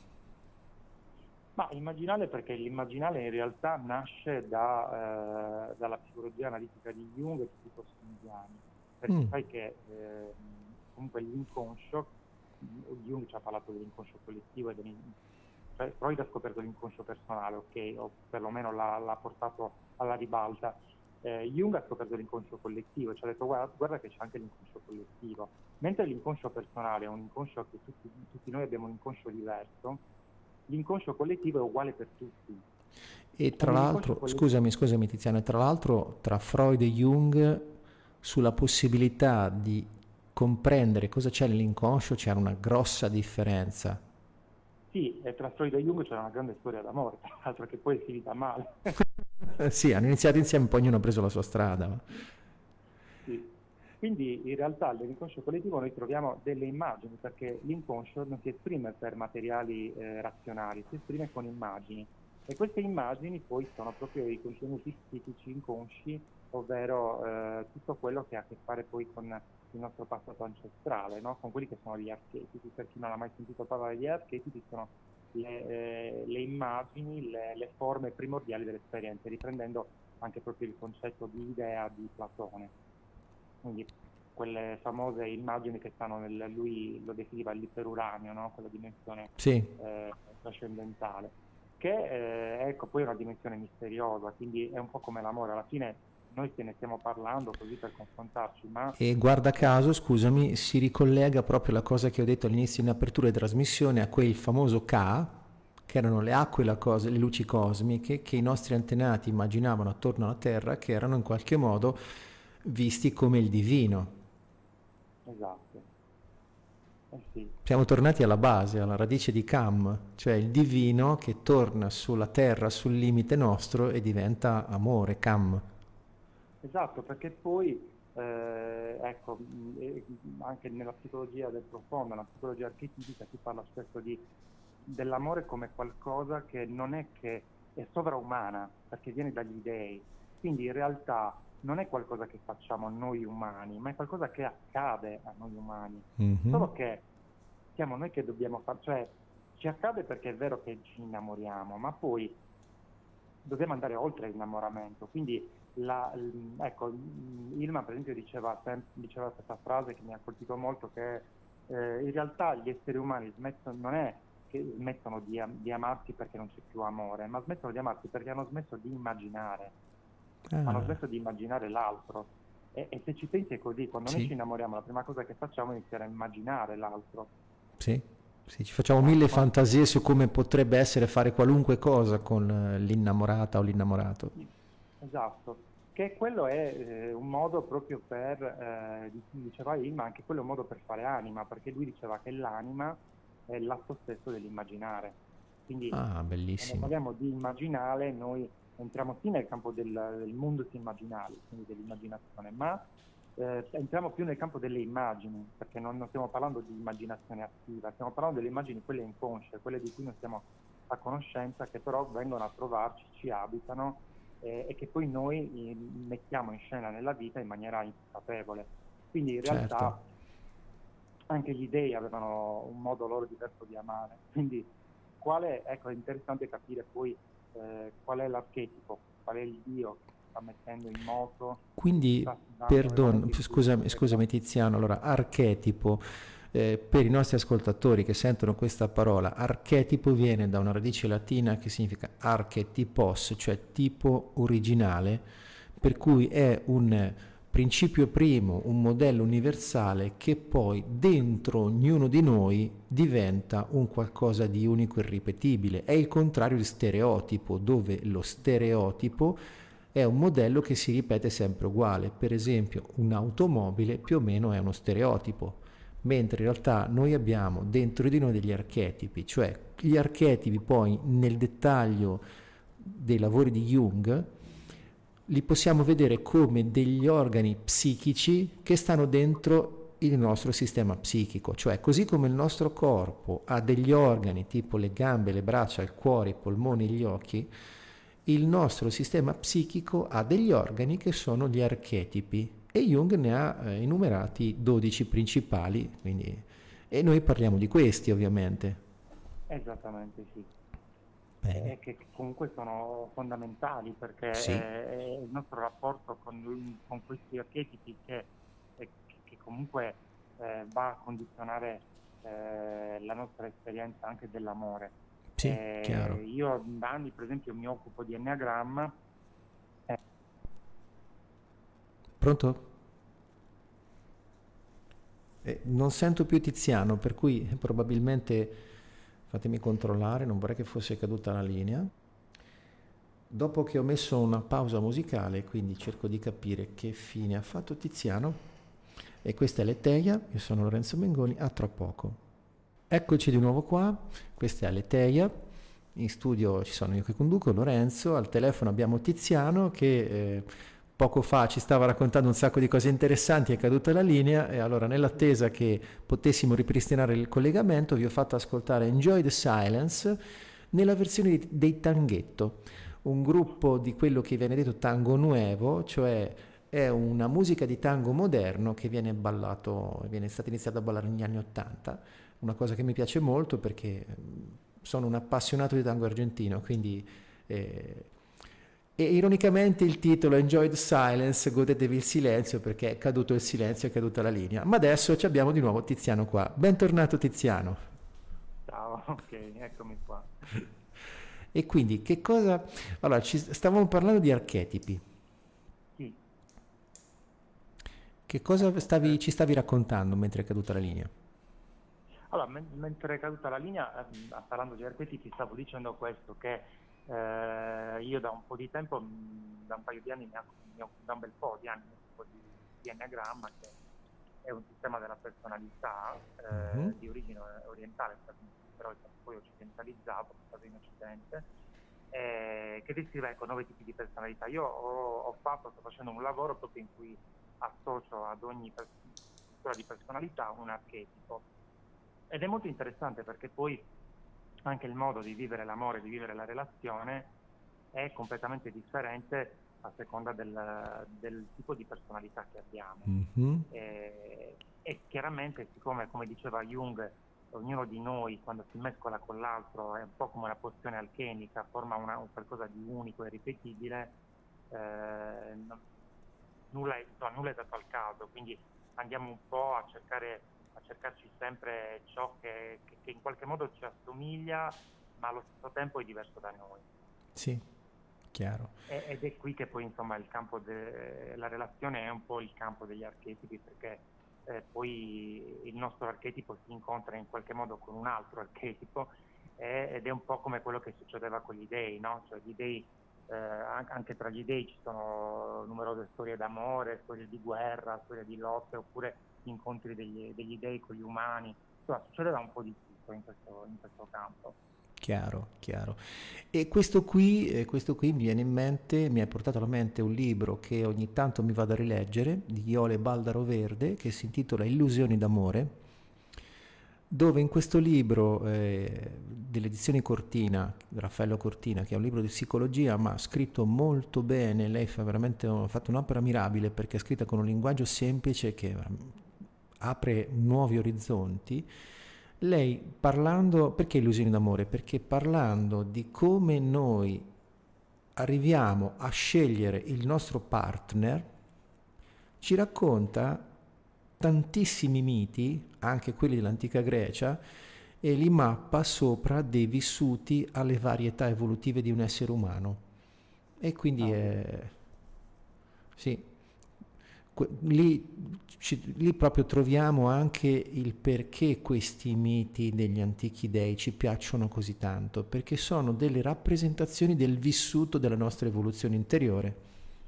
Ma immaginale perché l'immaginale in realtà nasce da, eh, dalla psicologia analitica di Jung e tutti i postmodiani, perché Mm, sai che eh, comunque l'inconscio, Jung ci ha parlato dell'inconscio collettivo e dell'in- cioè Freud ha scoperto l'inconscio personale, ok, o perlomeno l'ha, l'ha portato alla ribalta. Eh, Jung ha scoperto l'inconscio collettivo, ci ha detto guarda, guarda che c'è anche l'inconscio collettivo, mentre l'inconscio personale è un inconscio che tutti, tutti noi abbiamo un inconscio diverso. L'inconscio collettivo è uguale per tutti. e E tra nell'inconscio l'altro, collettivo, scusami, scusami Tiziano, e tra l'altro tra Freud e Jung sulla possibilità di comprendere cosa c'è nell'inconscio c'era una grossa differenza. sì, e tra Freud e Jung c'è una grande storia d'amore, tra l'altro che poi è finita male. Eh sì, hanno iniziato insieme, poi ognuno ha preso la sua strada. ma- Sì. Quindi in realtà nell'inconscio collettivo noi troviamo delle immagini, perché l'inconscio non si esprime per materiali eh, razionali, si esprime con immagini. E queste immagini poi sono proprio i contenuti psichici inconsci, ovvero eh, tutto quello che ha a che fare poi con il nostro passato ancestrale, no? Con quelli che sono gli archetipi. Per chi non ha mai sentito parlare degli archetipi, sono le, eh, le immagini, le, le forme primordiali delle esperienze, riprendendo anche proprio il concetto di idea di Platone. Quindi quelle famose immagini che stanno nel, lui lo definiva l'iperuranio, no? Quella dimensione Sì, eh, trascendentale, che eh, ecco poi è una dimensione misteriosa, quindi è un po' come l'amore, alla fine noi te ne stiamo parlando così per confrontarci, ma e guarda eh, caso, scusami, si ricollega proprio alla cosa che ho detto all'inizio in apertura di trasmissione, a quel famoso K, che erano le acque, la cosa, le luci cosmiche, che i nostri antenati immaginavano attorno alla Terra, che erano in qualche modo visti come il divino. esatto. Eh sì. Siamo tornati alla base, alla radice di Cam, cioè il divino che torna sulla terra, sul limite nostro e diventa amore, Cam. Esatto, perché poi, eh, ecco, mh, e- mh, anche nella psicologia del profondo, nella psicologia archetipica si parla spesso di, dell'amore come qualcosa che non è che è sovraumana, perché viene dagli dei, quindi in realtà non è qualcosa che facciamo noi umani, ma è qualcosa che accade a noi umani, Mhm. solo che siamo noi che dobbiamo fare, cioè ci accade perché è vero che ci innamoriamo, ma poi dobbiamo andare oltre l'innamoramento. Quindi, la, l- ecco, mm, Ilma per esempio diceva, sem- diceva questa frase che mi ha colpito molto, che eh, in realtà gli esseri umani smettono, non è che smettono di, am- di amarsi perché non c'è più amore, ma smettono di amarsi perché hanno smesso di immaginare, hanno Ah, smesso di immaginare l'altro. E, e se ci pensi è così, quando noi sì, ci innamoriamo, la prima cosa che facciamo è iniziare a immaginare l'altro. sì, sì, ci facciamo Ma mille quando, fantasie su come potrebbe essere fare qualunque cosa con eh, l'innamorata o l'innamorato. sì, esatto, che quello è eh, un modo proprio per, eh, di- diceva Ilma, anche quello è un modo per fare anima, perché lui diceva che l'anima è l'atto stesso dell'immaginare. Quindi Ah, quando bellissimo. parliamo di immaginare, noi entriamo sì nel campo del, del mundus immaginali, quindi dell'immaginazione, ma eh, entriamo più nel campo delle immagini, perché non, non stiamo parlando di immaginazione attiva, stiamo parlando delle immagini, quelle inconsce, quelle di cui non siamo a conoscenza, che però vengono a trovarci, ci abitano eh, e che poi noi eh, mettiamo in scena nella vita in maniera inconsapevole. Quindi in Certo. realtà anche gli dei avevano un modo loro diverso di amare. Quindi quale, ecco, è interessante capire poi eh, qual è l'archetipo, qual è il Dio che si sta mettendo in moto, che Quindi, sta dando nel perdon, momento in cui scusami, è qua. scusami Tiziano, allora, archetipo, eh, per i nostri ascoltatori che sentono questa parola, archetipo viene da una radice latina che significa archetipos, cioè tipo originale, per cui Esatto, è un principio primo, un modello universale che poi dentro ognuno di noi diventa un qualcosa di unico e irripetibile. È il contrario di stereotipo, dove lo esatto, stereotipo è un modello che si ripete sempre uguale. Per esempio, un'automobile più o meno è uno stereotipo, mentre in realtà noi abbiamo dentro di noi degli archetipi, cioè gli archetipi poi nel dettaglio dei lavori di Jung li possiamo vedere come degli organi psichici che stanno dentro il nostro sistema psichico, cioè così come il nostro corpo ha degli organi tipo le gambe, le braccia, il cuore, i polmoni, gli occhi, il nostro sistema psichico ha degli organi che sono gli archetipi e Jung ne ha eh, enumerati dodici principali, quindi, e noi parliamo di questi ovviamente. esattamente sì. Bene, E che comunque sono fondamentali perché sì, è, è il nostro rapporto con, con questi archetipi che, eh, che- che comunque eh, va a condizionare eh, la nostra esperienza anche dell'amore. sì, chiaro. Eh, io da anni, per esempio, mi occupo di enneagramma. Pronto? Eh, non sento più Tiziano, per cui probabilmente fatemi controllare, non vorrei che fosse caduta la linea. Dopo che ho messo una pausa musicale, quindi cerco di capire che fine ha fatto Tiziano. E questa è Leteia, io sono Lorenzo Mengoni, a tra poco. Eccoci di nuovo qua, questa è Aleteia, in studio ci sono io che conduco, Lorenzo, al telefono abbiamo Tiziano che eh, poco fa ci stava raccontando un sacco di cose interessanti, è caduta la linea e allora nell'attesa che potessimo ripristinare il collegamento vi ho fatto ascoltare Enjoy the Silence nella versione di- dei Tanghetto, un gruppo di quello che viene detto tango nuevo, cioè è una musica di tango moderno che viene ballato, viene stata iniziata a ballare negli anni Ottanta, una cosa che mi piace molto perché mm, sono un appassionato di tango argentino, quindi eh, e ironicamente il titolo Enjoy the Silence, godetevi il silenzio perché è caduto il silenzio, è caduta la linea. Ma adesso ci abbiamo di nuovo Tiziano qua. Bentornato Tiziano. Ciao, ok, eccomi qua. E quindi che cosa... Allora, ci stavamo parlando di archetipi. Sì, Che cosa ecco. stavi- eh, ci stavi raccontando mentre è caduta la linea? Allora, men- mentre è caduta la linea, ehm, parlando di archetipi, stavo dicendo questo, che eh, io da un po' di tempo, mh, da un paio di anni, mi occupo- mi occupo- da un bel po' di anni, mi occupo di, di enneagramma, che è un sistema della personalità Mhm. eh, di origine orientale, però è stato poi occidentalizzato, è stato in Occidente, eh, che descrive ecco, nove tipi di personalità. Io ho, ho fatto, sto facendo un lavoro proprio in cui associo ad ogni per- struttura di personalità un archetipo. Ed è molto interessante perché poi anche il modo di vivere l'amore, di vivere la relazione è completamente differente a seconda del, del tipo di personalità che abbiamo. Mhm. E, e chiaramente, siccome, come diceva Jung, ognuno di noi quando si mescola con l'altro è un po' come una pozione alchemica, forma una, un qualcosa di unico e ripetibile, eh, non- nulla, è, insomma, nulla è dato al caso, quindi andiamo un po' a cercare a cercarci sempre ciò che, che, che in qualche modo ci assomiglia, ma allo stesso tempo è diverso da noi. Sì, chiaro. E- Ed è qui che poi insomma il campo della relazione è un po' il campo degli archetipi, perché eh, poi il nostro archetipo si incontra in qualche modo con un altro archetipo eh, ed è un po' come quello che succedeva con gli dei, no? Cioè gli dei, eh, an- anche tra gli dei ci sono numerose storie d'amore, storie di guerra, storie di lotte, oppure incontri degli, degli dei con gli umani. Insomma, succedeva un po' di tutto in questo, in questo campo. Chiaro, chiaro. E questo qui, eh, questo qui mi viene in mente, mi hai portato alla mente un libro che ogni tanto mi vado a rileggere, di Iole Baldaro Verde, che si intitola Illusioni d'amore, dove in questo libro eh, dell'edizione Cortina, Raffaello Cortina, che è un libro di psicologia, ma scritto molto bene, lei fa veramente, ha fatto un'opera mirabile perché è scritta con un linguaggio semplice che apre nuovi orizzonti. Lei parlando, perché illusioni d'amore? Perché parlando di come noi arriviamo a scegliere il nostro partner, ci racconta tantissimi miti, anche quelli dell'antica Grecia, e li mappa sopra dei vissuti alle varie età evolutive di un essere umano. E quindi Ah, è... sì, que- lì, ci- lì proprio troviamo anche il perché questi miti degli antichi dei ci piacciono così tanto, perché sono delle rappresentazioni del vissuto della nostra evoluzione interiore.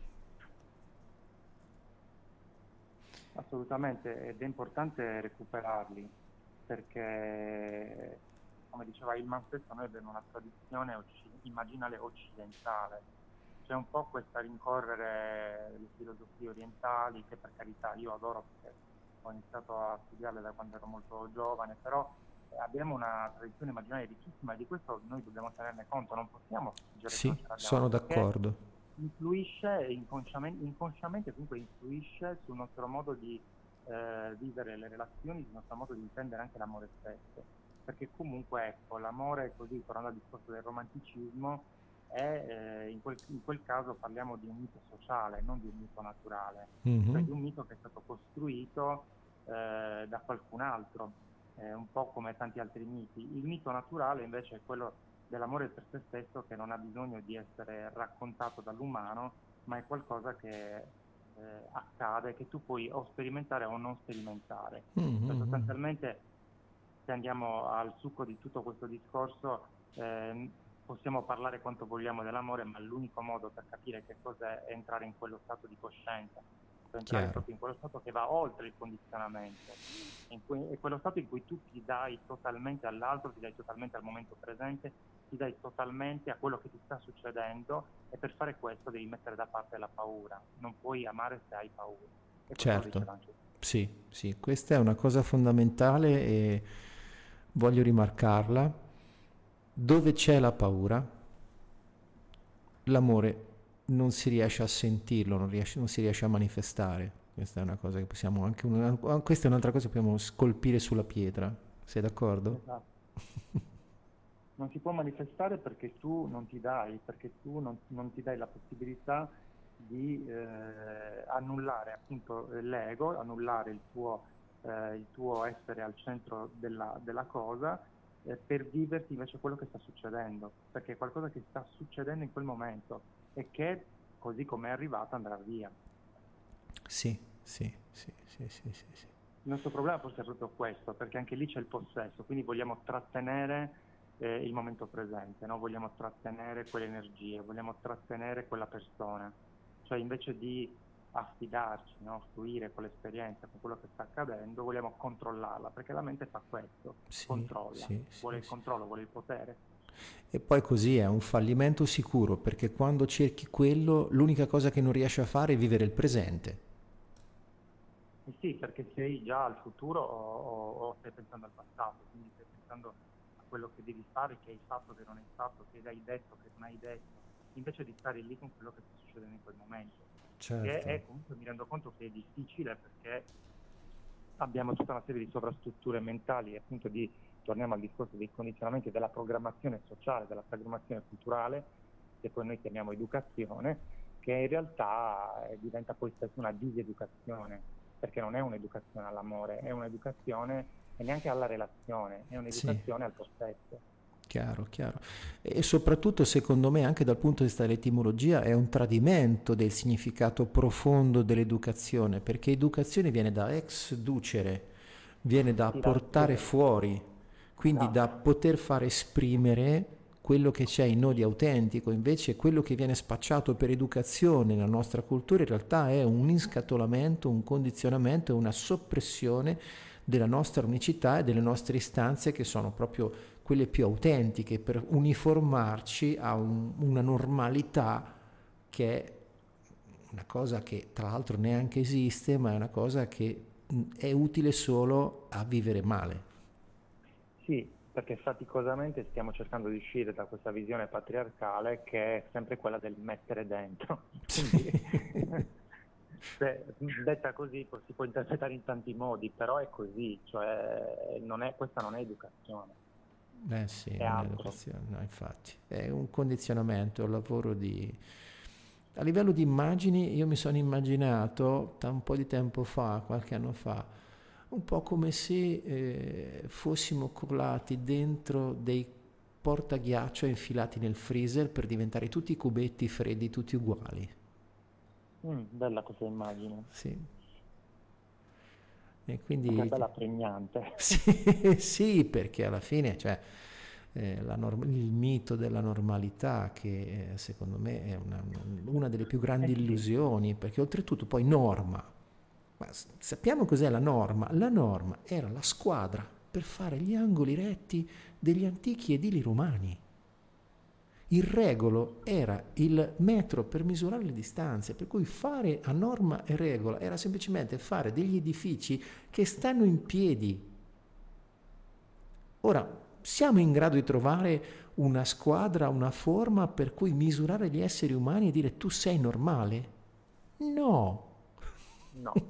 assolutamente, ed è importante recuperarli perché, come diceva Hillman stesso, noi abbiamo una tradizione occi- immaginale occidentale. C'è un po' questa rincorrere le filosofie orientali, che per carità io adoro perché ho iniziato a studiarle da quando ero molto giovane, però eh, abbiamo una tradizione immaginaria ricchissima e di questo noi dobbiamo tenerne conto, non possiamo fingere che Sì, non ce l'abbiamo sono perché d'accordo. influisce inconsciamente, inconsciamente comunque influisce sul nostro modo di eh, vivere le relazioni, sul nostro modo di intendere anche l'amore stesso. Perché comunque ecco, l'amore, così tornando al discorso del romanticismo, è, eh, in, quel, in quel caso parliamo di un mito sociale, non di un mito naturale, cioè Mhm. di un mito che è stato costruito eh, da qualcun altro, eh, un po' come tanti altri miti. Il mito naturale invece è quello dell'amore per se stesso che non ha bisogno di essere raccontato dall'umano, ma è qualcosa che eh, accade, che tu puoi o sperimentare o non sperimentare. Cioè Mhm. sostanzialmente, se andiamo al succo di tutto questo discorso, ehm, possiamo parlare quanto vogliamo dell'amore, ma l'unico modo per capire che cosa è entrare in quello stato di coscienza, cioè entrare Chiaro. proprio in quello stato che va oltre il condizionamento, in cui, è quello stato in cui tu ti dai totalmente all'altro, ti dai totalmente al momento presente, ti dai totalmente a quello che ti sta succedendo e per fare questo devi mettere da parte la paura, non puoi amare se hai paura. E questo lo Certo, diceva anche. sì, sì, questa è una cosa fondamentale e voglio rimarcarla. Dove c'è la paura, l'amore non si riesce a sentirlo, non, riesce- non si riesce a manifestare. Questa è una cosa che possiamo anche, una- questa è un'altra cosa che possiamo scolpire sulla pietra. Sei d'accordo? Esatto. Non si può manifestare perché tu non ti dai, perché tu non, non ti dai la possibilità di eh, annullare appunto l'ego, annullare il tuo, eh, il tuo essere al centro della, della cosa eh, per viverti invece quello che sta succedendo, perché è qualcosa che sta succedendo in quel momento e che così come è arrivata andrà via. Sì, sì, sì, sì, sì, sì, sì. Il nostro problema forse è proprio questo, perché anche lì c'è il possesso, quindi vogliamo trattenere eh, il momento presente, no? Vogliamo trattenere quelle energie, vogliamo trattenere quella persona. Cioè invece di affidarci, no? Fluire con l'esperienza, con quello che sta accadendo, vogliamo controllarla, perché la mente fa questo, Sì, controlla, sì, vuole sì, il sì. controllo, vuole il potere. E poi così è un fallimento sicuro, perché quando cerchi quello, l'unica cosa che non riesci a fare è vivere il presente. Eh sì, perché sei già al futuro o, o- o stai pensando al passato, quindi stai pensando a quello che devi fare, che hai fatto, che non hai fatto, che hai detto, che non hai detto, invece di stare lì con quello che sta succedendo in quel momento. Che Certo. è comunque, mi rendo conto che è difficile perché abbiamo tutta una serie di sovrastrutture mentali e appunto di, torniamo al discorso dei condizionamenti della programmazione sociale, della programmazione culturale, che poi noi chiamiamo educazione, che in realtà eh, diventa poi spesso una diseducazione, perché non è un'educazione all'amore, è un'educazione e neanche alla relazione, è Sì. un'educazione al possesso. Chiaro, chiaro. E soprattutto, secondo me, anche dal punto di vista dell'etimologia, è un tradimento del significato profondo dell'educazione, perché educazione viene da ex ducere, viene da Sì, dal portare fuori, fuori, quindi da esatto. poter far esprimere quello che c'è in noi di autentico. Invece quello che viene spacciato per educazione nella nostra cultura in realtà è un inscatolamento, un condizionamento e una soppressione della nostra unicità e delle nostre istanze, che sono proprio quelle più autentiche, per uniformarci a un- una normalità che è una cosa che tra l'altro neanche esiste, ma è una cosa che mh, è utile solo a vivere male. Sì, perché faticosamente stiamo cercando di uscire da questa visione patriarcale che è sempre quella del mettere dentro. Quindi, se- detta così, poi si può interpretare in tanti modi, però è così, cioè non è- questa non è educazione, Eh sì, è non è altro. educazione, no, infatti, è un condizionamento, è un lavoro di... A livello di immagini, io mi sono immaginato, da un po' di tempo fa, qualche anno fa, un po' come se eh, fossimo colati dentro dei portaghiaccio infilati nel freezer per diventare tutti cubetti freddi, tutti uguali. Mm, bella questa immagine, Sì. E che quindi bella pregnante. sì, sì, perché alla fine, cioè, eh, la norm- il mito della normalità, che eh, secondo me è una, una delle più grandi Eh sì, illusioni, perché oltretutto poi norma, ma s- sappiamo cos'è la norma? La norma era la squadra per fare gli angoli retti degli antichi edili romani. Il regolo era il metro per misurare le distanze, per cui fare a norma e regola era semplicemente fare degli edifici che stanno in piedi. Ora, siamo in grado di trovare una squadra, una forma per cui misurare gli esseri umani e dire tu sei normale? No. no,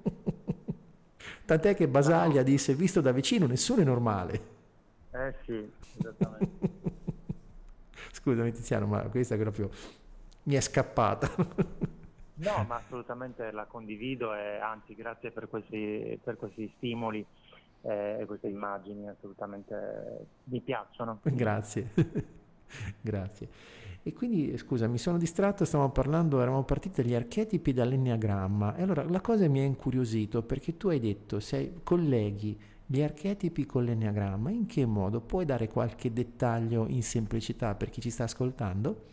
Tant'è che la Basaglia no, disse, visto da vicino nessuno è normale. eh sì, esattamente. Scusami Tiziano, ma questa proprio mi è scappata. No, ma assolutamente la condivido e anzi grazie per questi, per questi stimoli eh, e queste immagini, assolutamente eh, mi piacciono. Grazie, grazie. E quindi, scusa, mi sono distratto, stavamo parlando, eravamo partiti dagli archetipi dall'enneagramma. E allora la cosa mi ha incuriosito perché tu hai detto, sei, colleghi gli archetipi con l'enneagramma, in che modo? Puoi dare qualche dettaglio in semplicità per chi ci sta ascoltando?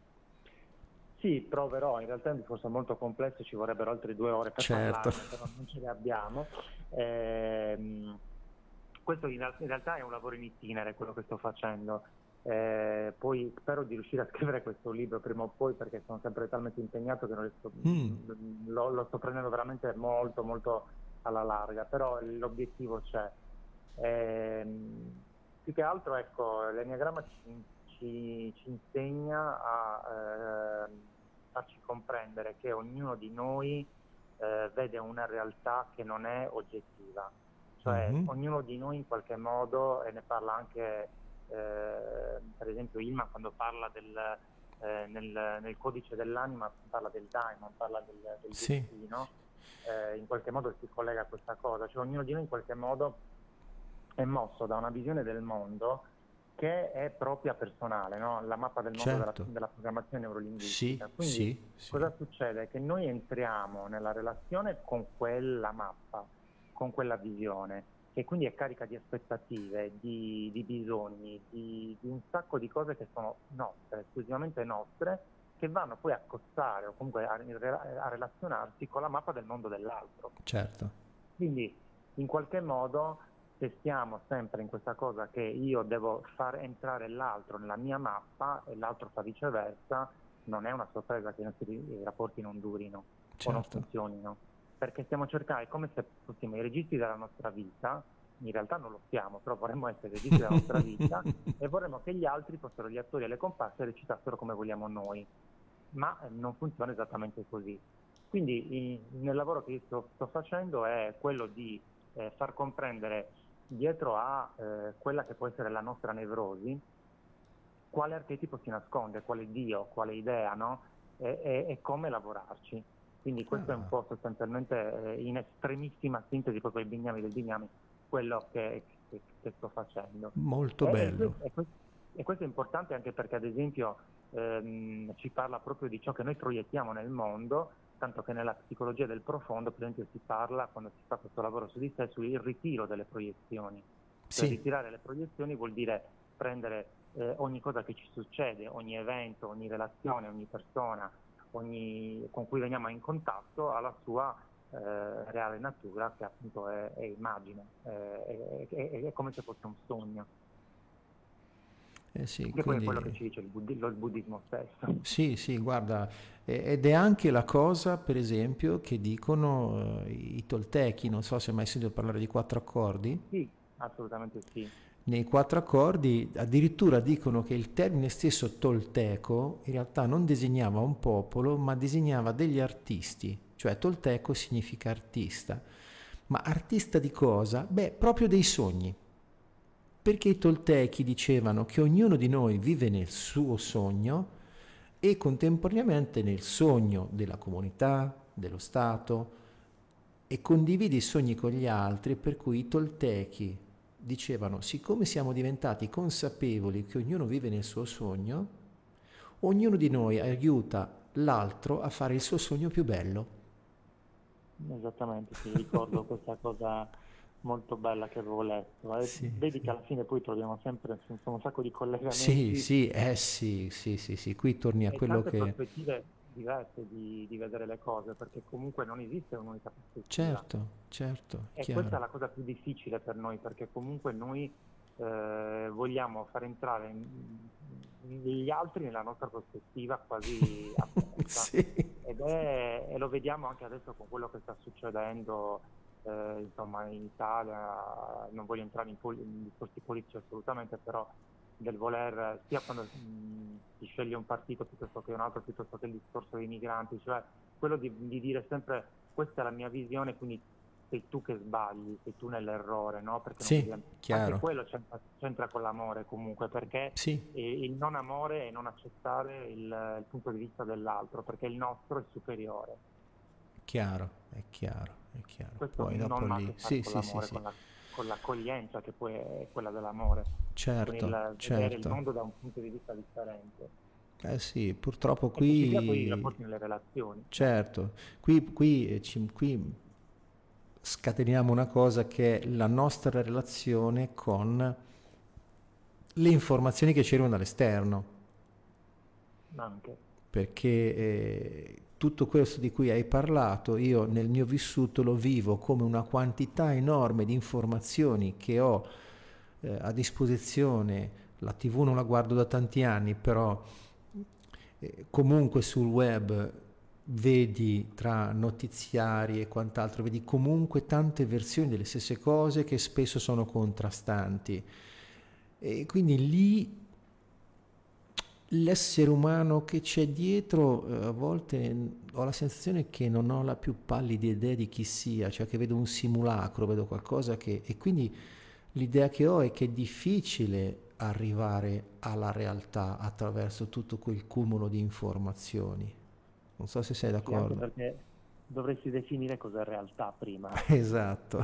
Sì, proverò, in realtà è un discorso molto complesso, ci vorrebbero altre due ore per Certo. parlarne, però non ce le abbiamo. Ehm, questo in, in realtà è un lavoro in itinere, quello che sto facendo. Eh, poi spero di riuscire a scrivere questo libro prima o poi perché sono sempre talmente impegnato che non riesco, Mm, lo, lo sto prendendo veramente molto, molto alla larga, però l'obiettivo c'è. Ehm, più che altro, ecco, l'enneagramma ci, ci, ci insegna a ehm, farci comprendere che ognuno di noi eh, vede una realtà che non è oggettiva, cioè mhm, ognuno di noi in qualche modo, e ne parla anche eh, per esempio Ilma quando parla del, eh, nel, nel codice dell'anima, parla del daimon, parla del, del sì, destino, eh, in qualche modo si collega a questa cosa, cioè ognuno di noi in qualche modo è mosso da una visione del mondo che è propria personale, no? La mappa del mondo della, certo. della programmazione Sì, neurolinguistica. Quindi sì, sì. cosa succede? Che noi entriamo nella relazione con quella mappa, con quella visione, che quindi è carica di aspettative, di, di bisogni, di, di un sacco di cose che sono nostre, esclusivamente nostre, che vanno poi a costare o comunque a, a relazionarsi con la mappa del mondo dell'altro. Certo. Quindi in qualche modo, se stiamo sempre in questa cosa che io devo far entrare l'altro nella mia mappa e l'altro fa viceversa, non è una sorpresa che i nostri rapporti non durino, certo, o non funzionino, perché stiamo cercando, è come se fossimo i registi della nostra vita. In realtà non lo siamo, però vorremmo essere i registi della nostra vita e vorremmo che gli altri fossero gli attori e le comparse e recitassero come vogliamo noi, ma non funziona esattamente così. Quindi in, nel lavoro che io sto, sto facendo è quello di eh, far comprendere dietro a eh, quella che può essere la nostra nevrosi quale archetipo si nasconde, quale Dio, quale idea, no? E, e, e come lavorarci. Quindi questo ah. è un po' sostanzialmente eh, in estremissima sintesi, proprio il bignami del bignami, quello che, che, che sto facendo. Molto e, bello. E, e, e questo è importante anche perché, ad esempio, ehm, ci parla proprio di ciò che noi proiettiamo nel mondo, tanto che nella psicologia del profondo, per esempio, si parla, quando si fa questo lavoro su di sé, sul ritiro delle proiezioni. Sì. Cioè, ritirare le proiezioni vuol dire prendere eh, ogni cosa che ci succede, ogni evento, ogni relazione, ogni persona, ogni, con cui veniamo in contatto, alla sua eh, reale natura, che appunto è, è immagine, è, è, è come se fosse un sogno. Eh sì, che quindi... poi è quello che ci dice il, buddi- il buddismo stesso. Sì, sì, guarda, ed è anche la cosa, per esempio, che dicono eh, i Toltechi, non so se hai mai sentito parlare di quattro accordi. Sì, assolutamente sì. Nei quattro accordi addirittura dicono che il termine stesso tolteco in realtà non designava un popolo, ma designava degli artisti, cioè tolteco significa artista. Ma artista di cosa? Beh, proprio dei sogni. Perché i toltechi dicevano che ognuno di noi vive nel suo sogno e contemporaneamente nel sogno della comunità, dello Stato, e condivide i sogni con gli altri, per cui i toltechi dicevano, siccome siamo diventati consapevoli che ognuno vive nel suo sogno, ognuno di noi aiuta l'altro a fare il suo sogno più bello. Esattamente, sì, ricordo questa cosa molto bella che avevo letto. E sì, vedi sì. che alla fine poi troviamo sempre insomma, un sacco di collegamenti. Sì, sì, eh sì, sì, sì, sì, qui torni a e quello tante che... prospettive diverse di, di vedere le cose, perché comunque non esiste un'unica prospettiva. Certo, certo, E chiaro. questa è la cosa più difficile per noi, perché comunque noi eh, vogliamo far entrare gli altri nella nostra prospettiva quasi aperta. Sì. Ed è, e lo vediamo anche adesso con quello che sta succedendo eh, insomma in Italia. Non voglio entrare in, pol- in discorsi politici assolutamente, però del voler, sia quando mh, si sceglie un partito piuttosto che un altro, piuttosto che il discorso dei migranti, cioè quello di, di dire sempre questa è la mia visione, quindi sei tu che sbagli, sei tu nell'errore, no? Perché Sì, non vediamo... chiaro. Anche quello c'entra, c'entra con l'amore comunque, perché Sì. il non amore è non accettare il, il punto di vista dell'altro, perché il nostro è superiore. Chiaro, è chiaro, è chiaro. Questo Poi non dopo ha a lì, che fare sì, con sì, sì, l'amore, sì. con, la, con l'accoglienza che poi è quella dell'amore, Certo, con il certo. vedere il mondo da un punto di vista differente. Eh sì, purtroppo E che ci crea poi i qui... rapporti nelle relazioni. Certo, qui, qui, eh, ci- qui scateniamo una cosa che è la nostra relazione con le informazioni che ci arrivano dall'esterno. Anche. Perché eh, tutto questo di cui hai parlato, io nel mio vissuto lo vivo come una quantità enorme di informazioni che ho eh, a disposizione. La tivù non la guardo da tanti anni, però eh, comunque sul web vedi tra notiziari e quant'altro, vedi comunque tante versioni delle stesse cose che spesso sono contrastanti. E quindi lì l'essere umano che c'è dietro, eh, a volte ho la sensazione che non ho la più pallida idea di chi sia, cioè che vedo un simulacro, vedo qualcosa che... E quindi l'idea che ho è che è difficile arrivare alla realtà attraverso tutto quel cumulo di informazioni. Non so se sei d'accordo. Sì, anche perché dovresti definire cos'è realtà prima. Esatto.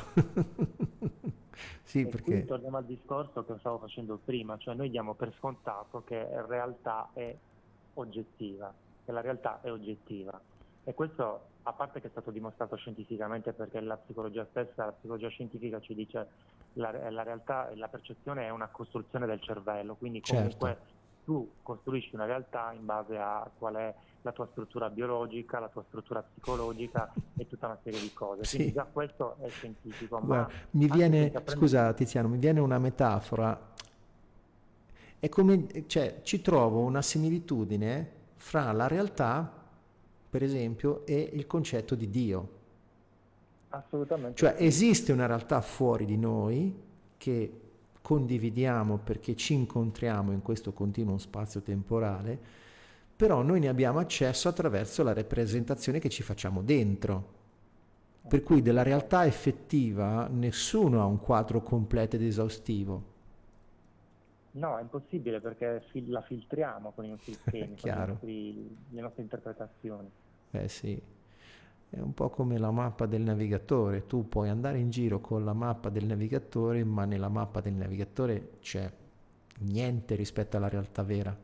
Sì, e perché... qui torniamo al discorso che stavo facendo prima, cioè noi diamo per scontato che realtà è oggettiva, che la realtà è oggettiva. E questo, a parte che è stato dimostrato scientificamente, perché la psicologia stessa, la psicologia scientifica ci dice la, la realtà e la percezione è una costruzione del cervello, quindi comunque... Certo. tu costruisci una realtà in base a qual è la tua struttura biologica, la tua struttura psicologica e tutta una serie di cose. Quindi Sì. già questo è scientifico. Guarda, Ma mi anche viene, senza prendere... scusa Tiziano, mi viene una metafora. È come, cioè, ci trovo una similitudine fra la realtà, per esempio, e il concetto di Dio. Assolutamente Cioè sì. esiste una realtà fuori di noi che condividiamo perché ci incontriamo in questo continuo spazio temporale, però noi ne abbiamo accesso attraverso la rappresentazione che ci facciamo dentro. Per cui della realtà effettiva nessuno ha un quadro completo ed esaustivo. No, è impossibile perché fil- la filtriamo con i nostri schemi, con i Chiaro? nostri- le nostre interpretazioni. Eh sì. È un po' come la mappa del navigatore, tu puoi andare in giro con la mappa del navigatore, ma nella mappa del navigatore c'è niente rispetto alla realtà vera.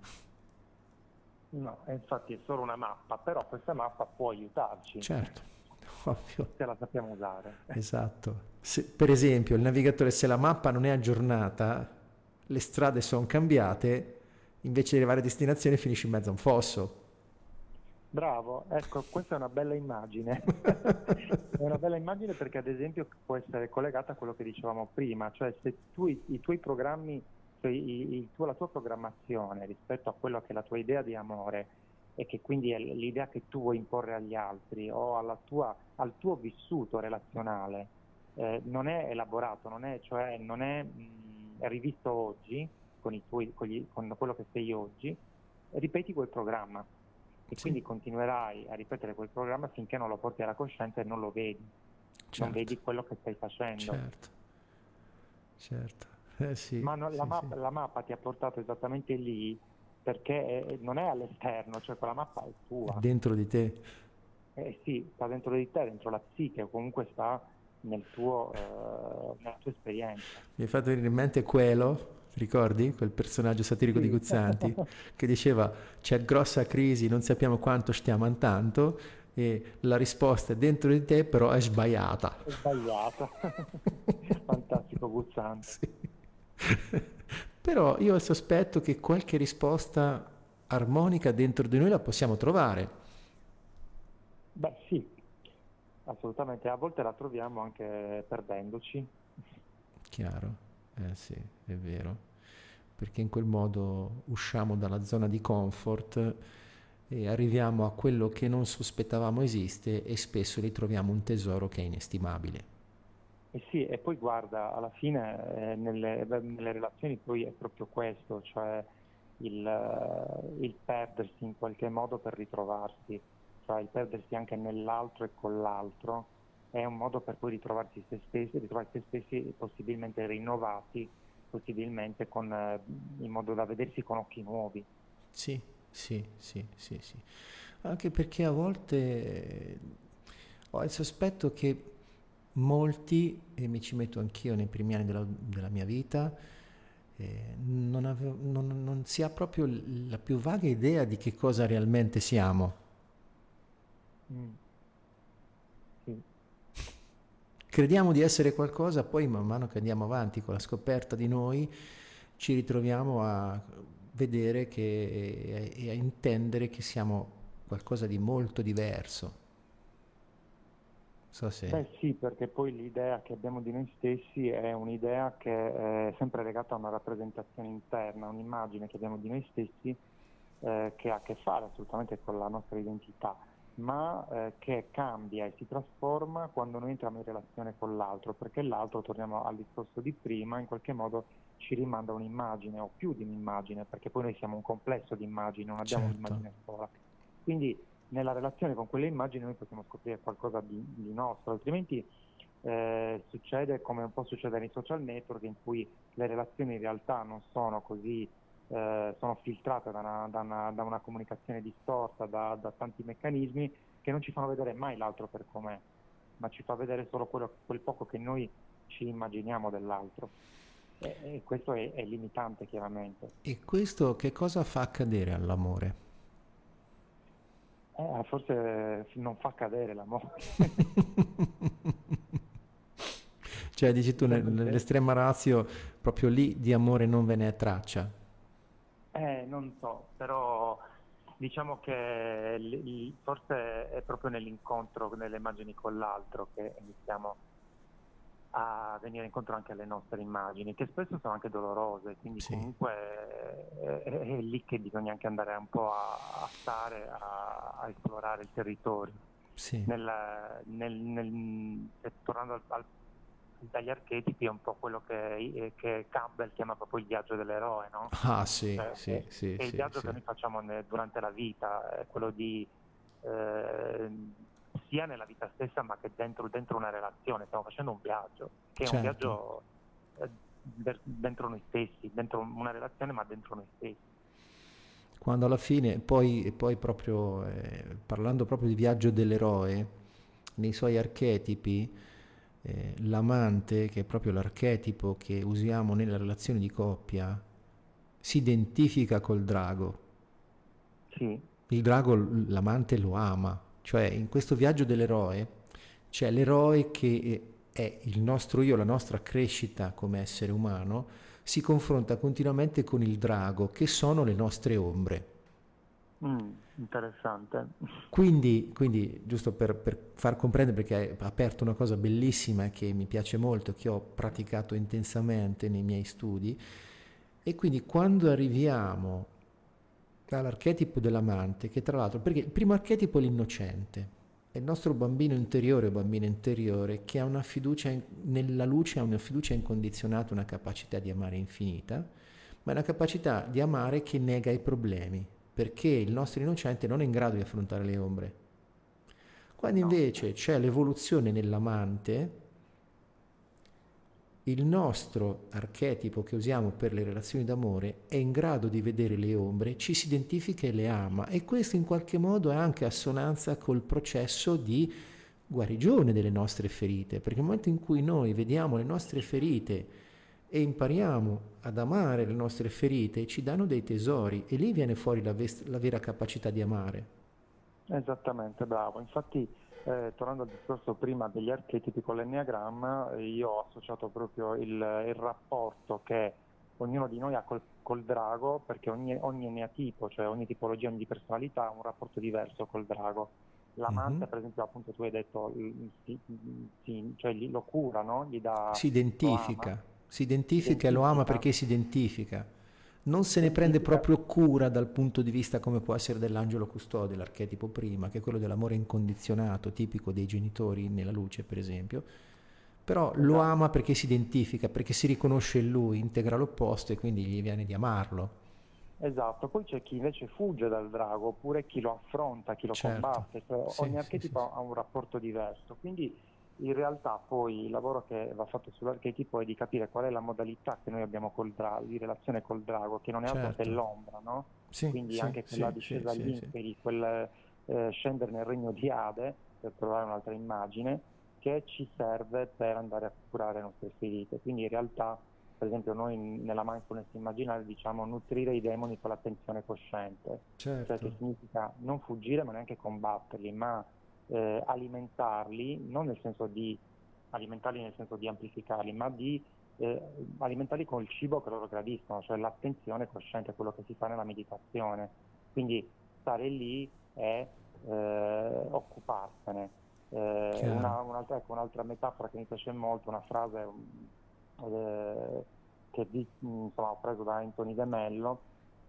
No, e infatti è solo una mappa, però questa mappa può aiutarci Certo, ovvio, se la sappiamo usare. esatto. Se, per esempio, il navigatore, se la mappa non è aggiornata, le strade sono cambiate, invece di arrivare a destinazione finisci in mezzo a un fosso. Bravo, ecco, questa è una bella immagine. È una bella immagine perché ad esempio può essere collegata a quello che dicevamo prima, cioè se tu i, i tuoi programmi, cioè i, i, tu, la tua programmazione rispetto a quello che è la tua idea di amore e che quindi è l'idea che tu vuoi imporre agli altri o alla tua, al tuo vissuto relazionale, eh, non è elaborato, non è, cioè non è, mh, è rivisto oggi con, i tuoi, con, gli, con quello che sei oggi, ripeti quel programma. E Sì. quindi continuerai a ripetere quel programma finché non lo porti alla coscienza e non lo vedi, Certo. non vedi quello che stai facendo. Certo, certo. Eh sì, Ma no, la, sì, mappa, sì. la mappa ti ha portato esattamente lì perché è, non è all'esterno, cioè quella mappa è tua. È dentro di te. Eh sì, sta dentro di te, dentro la psiche, o comunque sta nel tuo, eh, nella tua esperienza. Mi è fatto venire in mente Quello, ricordi? Quel personaggio satirico Sì. di Guzzanti che diceva c'è grossa crisi, non sappiamo quanto stiamo andando e la risposta è dentro di te, però è sbagliata. È sbagliata. Fantastico Guzzanti. Sì. Però io ho il sospetto che qualche risposta armonica dentro di noi la possiamo trovare. Beh sì, assolutamente, a volte la troviamo anche perdendoci. Chiaro? Eh sì, è vero. Perché in quel modo usciamo dalla zona di comfort e arriviamo a quello che non sospettavamo esiste e spesso ritroviamo un tesoro che è inestimabile. Eh sì, e poi guarda, alla fine eh, nelle, nelle relazioni poi è proprio questo, cioè il, eh, il perdersi in qualche modo per ritrovarsi, cioè il perdersi anche nell'altro e con l'altro, è un modo per poi ritrovarsi se stessi, ritrovare se stessi possibilmente rinnovati, possibilmente con, eh, in modo da vedersi con occhi nuovi. Sì, sì, sì, sì, sì. Anche perché a volte eh, ho il sospetto che molti, e mi ci metto anch'io nei primi anni della, della mia vita, eh, non, avevo, non, non si ha proprio l- la più vaga idea di che cosa realmente siamo. Mm. Sì. Crediamo di essere qualcosa, poi man mano che andiamo avanti con la scoperta di noi, ci ritroviamo a vedere che, e a intendere che siamo qualcosa di molto diverso. So se... Beh sì, perché poi l'idea che abbiamo di noi stessi è un'idea che è sempre legata a una rappresentazione interna, un'immagine che abbiamo di noi stessi eh, che ha a che fare assolutamente con la nostra identità, ma eh, che cambia e si trasforma quando noi entriamo in relazione con l'altro, perché l'altro, torniamo al discorso di prima, in qualche modo ci rimanda un'immagine o più di un'immagine, perché poi noi siamo un complesso di immagini, non abbiamo Certo. un'immagine sola. Quindi nella relazione con quelle immagini noi possiamo scoprire qualcosa di, di nostro, altrimenti eh, succede come può succedere nei social network, in cui le relazioni in realtà non sono così, eh, sono filtrate da una, da una, da una comunicazione distorta, da, da tanti meccanismi che non ci fanno vedere mai l'altro per com'è, ma ci fa vedere solo quello, quel poco che noi ci immaginiamo dell'altro. E, e questo è, è limitante chiaramente. E questo che cosa fa accadere all'amore? Eh, forse non fa cadere l'amore. Cioè, dici tu, nel- nell'estrema ratio, proprio lì di amore non ve ne è traccia. Eh, non so, però diciamo che l- l- forse è proprio nell'incontro nelle immagini con l'altro che iniziamo a venire incontro anche alle nostre immagini, che spesso sono anche dolorose, quindi Sì, comunque è, è- è lì che bisogna anche andare un po' a, a stare, a, a esplorare il territorio. sì, Nel, nel, nel- e tornando al, al- dagli archetipi è un po' quello che, eh, che Campbell chiama proprio il viaggio dell'eroe, no? ah sì, Cioè, sì, è, sì, è il sì, viaggio che sì, noi facciamo ne- durante la vita, è quello di eh, sia nella vita stessa ma che dentro, dentro una relazione, stiamo facendo un viaggio, che è un certo. viaggio eh, de- dentro noi stessi, dentro una relazione ma dentro noi stessi. Quando alla fine, poi, e poi proprio eh, parlando proprio di viaggio dell'eroe, nei suoi archetipi, eh, l'amante, che è proprio l'archetipo che usiamo nella relazione di coppia, si identifica col drago. Sì, Il drago, l'amante lo ama, cioè in questo viaggio dell'eroe c'è l'eroe che è il nostro io, la nostra crescita come essere umano, si confronta continuamente con il drago, che sono le nostre ombre. mm, interessante. Quindi, quindi giusto per, per far comprendere, perché hai aperto una cosa bellissima che mi piace molto, che ho praticato intensamente nei miei studi, e quindi quando arriviamo all'archetipo dell'amante, che tra l'altro, perché il primo archetipo è l'innocente, è il nostro bambino interiore o bambina interiore che ha una fiducia in- nella luce, ha una fiducia incondizionata, una capacità di amare infinita, ma è una capacità di amare che nega i problemi, perché il nostro innocente non è in grado di affrontare le ombre. Quando No, invece c'è l'evoluzione nell'amante, il nostro archetipo che usiamo per le relazioni d'amore è in grado di vedere le ombre, ci si identifica e le ama, e questo in qualche modo è anche assonanza col processo di guarigione delle nostre ferite, perché nel momento in cui noi vediamo le nostre ferite e impariamo ad amare le nostre ferite, ci danno dei tesori e lì viene fuori la, ves- la vera capacità di amare. esattamente, bravo. Infatti, eh, tornando al discorso prima degli archetipi con l'enneagramma, eh, io ho associato proprio il, il rapporto che ognuno di noi ha col, col drago, perché ogni, ogni enneatipo, cioè ogni tipologia di personalità ha un rapporto diverso col drago. Mhm. L'amante, per esempio, appunto tu hai detto, l- si- si- cioè gli- lo cura, no? Gli dà, Si lo ama, identifica, si si identifica e lo ama identifica, perché si identifica. Non si se ne prende identifica. proprio cura dal punto di vista come può essere dell'angelo custode, l'archetipo prima, che è quello dell'amore incondizionato, tipico dei genitori nella luce, per esempio. Però lo Esatto. ama perché si identifica, perché si riconosce in lui, integra l'opposto e quindi gli viene di amarlo. Esatto, poi c'è chi invece fugge dal drago, oppure chi lo affronta, chi lo Certo, combatte, cioè, sì, ogni sì, sì, archetipo sì. ha un rapporto diverso, quindi in realtà poi il lavoro che va fatto sull'archetipo è di capire qual è la modalità che noi abbiamo col drago, di relazione col drago, che non è altro che Certo, l'ombra, no? sì, Quindi sì, anche quella sì, sì, discesa agli sì, sì. inferi, quel eh, scendere nel regno di Ade, per trovare un'altra immagine, che ci serve per andare a curare le nostre ferite. Quindi in realtà per esempio noi nella mindfulness immaginale diciamo nutrire i demoni con l'attenzione cosciente, cioè che Certo, significa non fuggire ma neanche combatterli, ma eh, alimentarli, non nel senso di alimentarli nel senso di amplificarli, ma di eh, alimentarli con il cibo che loro gradiscono, cioè l'attenzione cosciente, quello che si fa nella meditazione. Quindi stare lì e eh, occuparsene. Eh, chiaro. una, un'altra, ecco, un'altra metafora che mi piace molto, una frase eh, che di, insomma, ho preso da Anthony De Mello,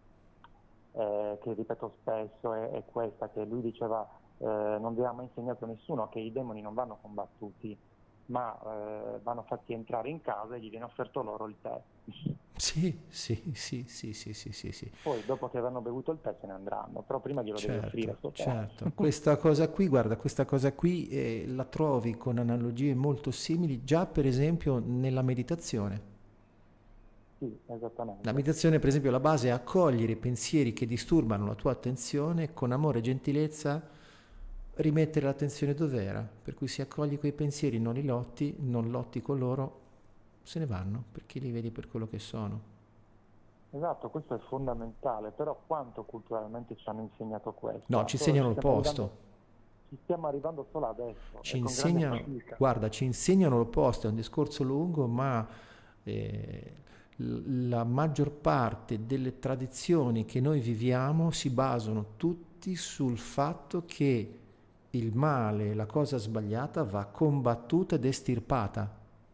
eh, che ripeto spesso, è, è questa, che lui diceva eh, non vi ha mai insegnato nessuno che i demoni non vanno combattuti, ma eh, vanno fatti entrare in casa e gli viene offerto loro il tè. Sì, sì, sì, sì, sì, sì, sì, sì. Poi dopo che avranno bevuto il tè se ne andranno, però prima glielo devi offrire Certo, sto tè. certo. Questa cosa qui, guarda, questa cosa qui eh, la trovi con analogie molto simili già per esempio nella meditazione. Sì, La esattamente. meditazione, per esempio, la base è accogliere i pensieri che disturbano la tua attenzione, con amore e gentilezza rimettere l'attenzione dov'era, per cui se accogli quei pensieri, non li lotti, non lotti con loro, se ne vanno, perché li vedi per quello che sono. Esatto, questo è fondamentale, però quanto culturalmente ci hanno insegnato No, questo? ci Solo ci insegnano stiamo arrivando, l'opposto. ci stiamo arrivando solo adesso Ci e con grande insegnano, fatica. guarda, ci insegnano l'opposto, è un discorso lungo, ma eh, la maggior parte delle tradizioni che noi viviamo si basano tutti sul fatto che il male, la cosa sbagliata va combattuta ed estirpata.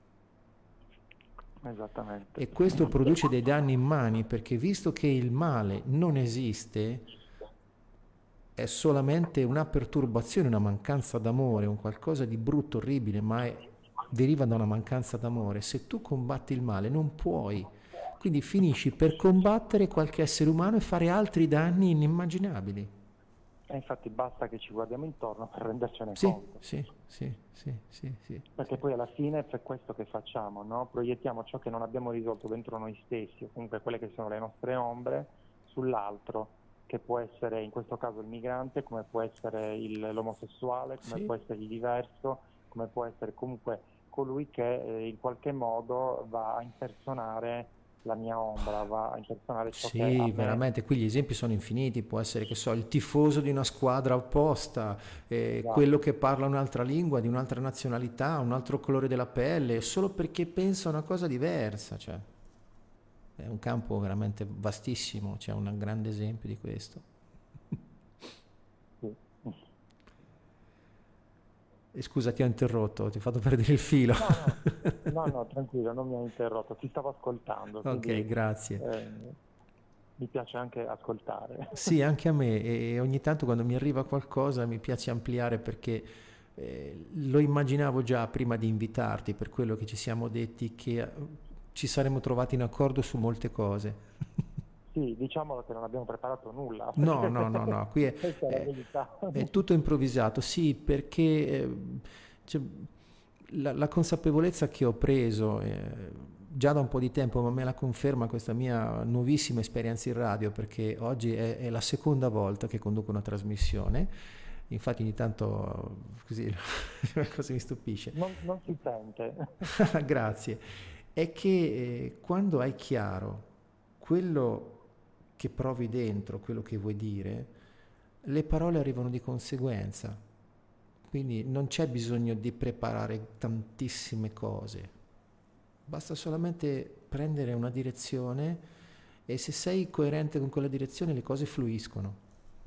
Esattamente. E questo produce dei danni immani, perché visto che il male non esiste, è solamente una perturbazione, una mancanza d'amore, un qualcosa di brutto, orribile, ma è, deriva da una mancanza d'amore. Se tu combatti il male non puoi, quindi finisci per combattere qualche essere umano e fare altri danni inimmaginabili. E infatti basta che ci guardiamo intorno per rendercene Sì, conto. sì, sì, sì, sì, sì. Perché poi alla fine è questo che facciamo, no? Proiettiamo ciò che non abbiamo risolto dentro noi stessi, o comunque quelle che sono le nostre ombre, sull'altro, che può essere in questo caso il migrante, come può essere il, l'omosessuale, come Sì. può essere il diverso, come può essere comunque colui che eh, in qualche modo va a impersonare la mia ombra, va a impersonare ciò che a Sì, me... veramente, qui gli esempi sono infiniti, può essere, che so, il tifoso di una squadra opposta, eh, Esatto. quello che parla un'altra lingua, di un'altra nazionalità, un altro colore della pelle, solo perché pensa una cosa diversa, cioè, è un campo veramente vastissimo, c'è un grande esempio di questo. Sì. E scusa, ti ho interrotto, ti ho fatto perdere il filo. No, no, no, no, tranquillo, non mi ha interrotto, ti stavo ascoltando, Ok, quindi grazie. eh, mi piace anche ascoltare. Sì, anche a me, e ogni tanto quando mi arriva qualcosa mi piace ampliare perché eh, lo immaginavo già prima di invitarti, per quello che ci siamo detti che eh, ci saremmo trovati in accordo su molte cose. Sì, diciamolo che non abbiamo preparato nulla. No, no, no, no, qui è, Questa è la è- verità. è tutto improvvisato, sì, perché eh, cioè, la, la consapevolezza che ho preso eh, già da un po' di tempo, ma me la conferma questa mia nuovissima esperienza in radio, perché oggi è, è la seconda volta che conduco una trasmissione, infatti ogni tanto così cosa mi stupisce. Non, non si sente. Grazie. È che eh, quando hai chiaro quello che provi dentro, quello che vuoi dire, le parole arrivano di conseguenza. Quindi non c'è bisogno di preparare tantissime cose. Basta solamente prendere una direzione e se sei coerente con quella direzione le cose fluiscono.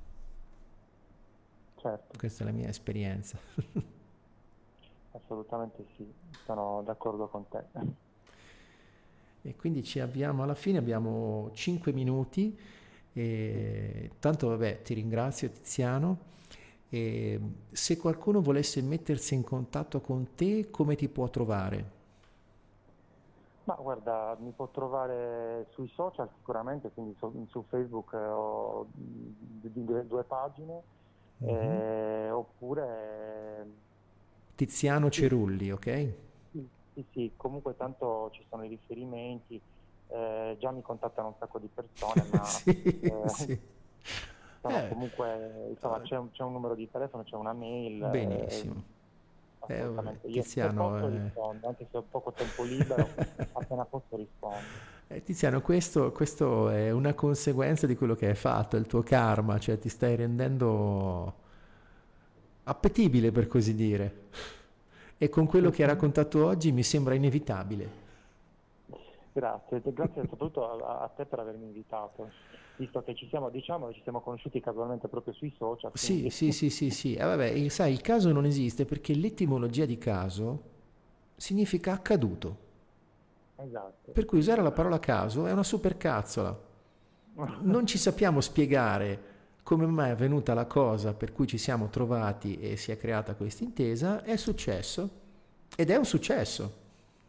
Certo, Questa è la mia esperienza. assolutamente sì, sono d'accordo con te. E quindi ci avviamo alla fine, abbiamo cinque minuti. E tanto vabbè, ti ringrazio Tiziano. E se qualcuno volesse mettersi in contatto con te, come ti può trovare? Ma guarda, mi può trovare sui social sicuramente, quindi su, su Facebook eh, ho d- d- due, due pagine, Mhm. eh, oppure Tiziano sì, Cerulli, ok? sì, sì, sì, comunque tanto ci sono i riferimenti, eh, già mi contattano un sacco di persone, ma Sì, eh, sì. sono Eh, comunque, insomma, c'è un, c'è un numero di telefono, c'è una mail, eh, benissimo. Eh, assolutamente. Io se Tiziano, posso eh, rispondo, anche se ho poco tempo libero, appena posso rispondo. eh, Tiziano, questo, questo è una conseguenza di quello che hai fatto, è il tuo karma, cioè ti stai rendendo appetibile per così dire. E con quello che hai raccontato oggi mi sembra inevitabile. Grazie, e grazie soprattutto a, a te per avermi invitato, visto che ci siamo, diciamo, ci siamo conosciuti casualmente proprio sui social, Sì, quindi sì, sì, sì, sì. Eh, vabbè, il- sai, il caso non esiste perché l'etimologia di caso significa accaduto. esatto. Per cui usare la parola caso è una supercazzola. Non ci sappiamo spiegare come mai è avvenuta la cosa per cui ci siamo trovati e si è creata questa intesa, è successo ed è un successo.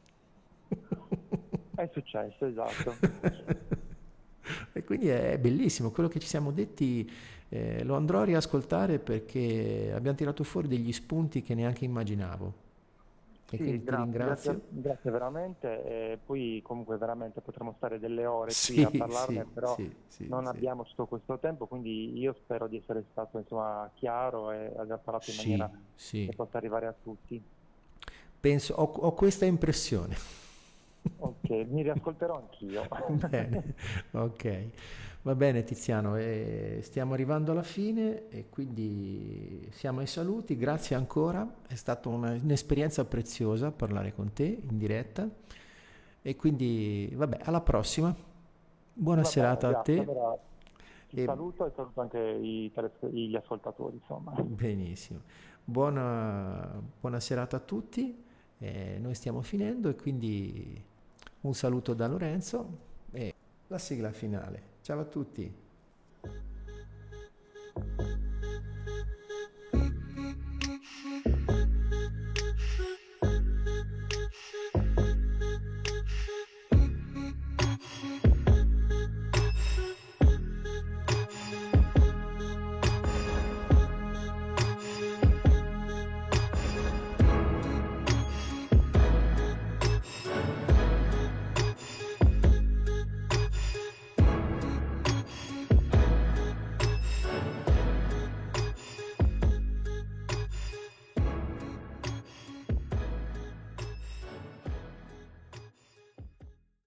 È successo, esatto. E quindi è bellissimo, quello che ci siamo detti eh, lo andrò a riascoltare perché abbiamo tirato fuori degli spunti che neanche immaginavo. E Sì, quindi ti grazie, grazie, ringrazio. grazie veramente. E poi comunque veramente potremo stare delle ore qui a Sì, sì, parlarne, però sì, sì, non sì. abbiamo tutto questo tempo, quindi io spero di essere stato insomma chiaro e aver parlato in Sì, maniera sì. che possa arrivare a tutti. Penso, ho, ho questa impressione. Ok, mi riascolterò anch'io. Bene, ok. Va bene Tiziano, eh, stiamo arrivando alla fine e quindi siamo ai saluti. Grazie ancora, è stata una- un'esperienza preziosa parlare con te in diretta. E quindi, vabbè, alla prossima. Buona Va bene, serata a grazie. te. Allora ti E saluto e saluto anche i teles- gli ascoltatori, insomma. benissimo. Buona, buona serata a tutti. Eh, noi stiamo finendo e quindi un saluto da Lorenzo e la sigla finale. Ciao a tutti.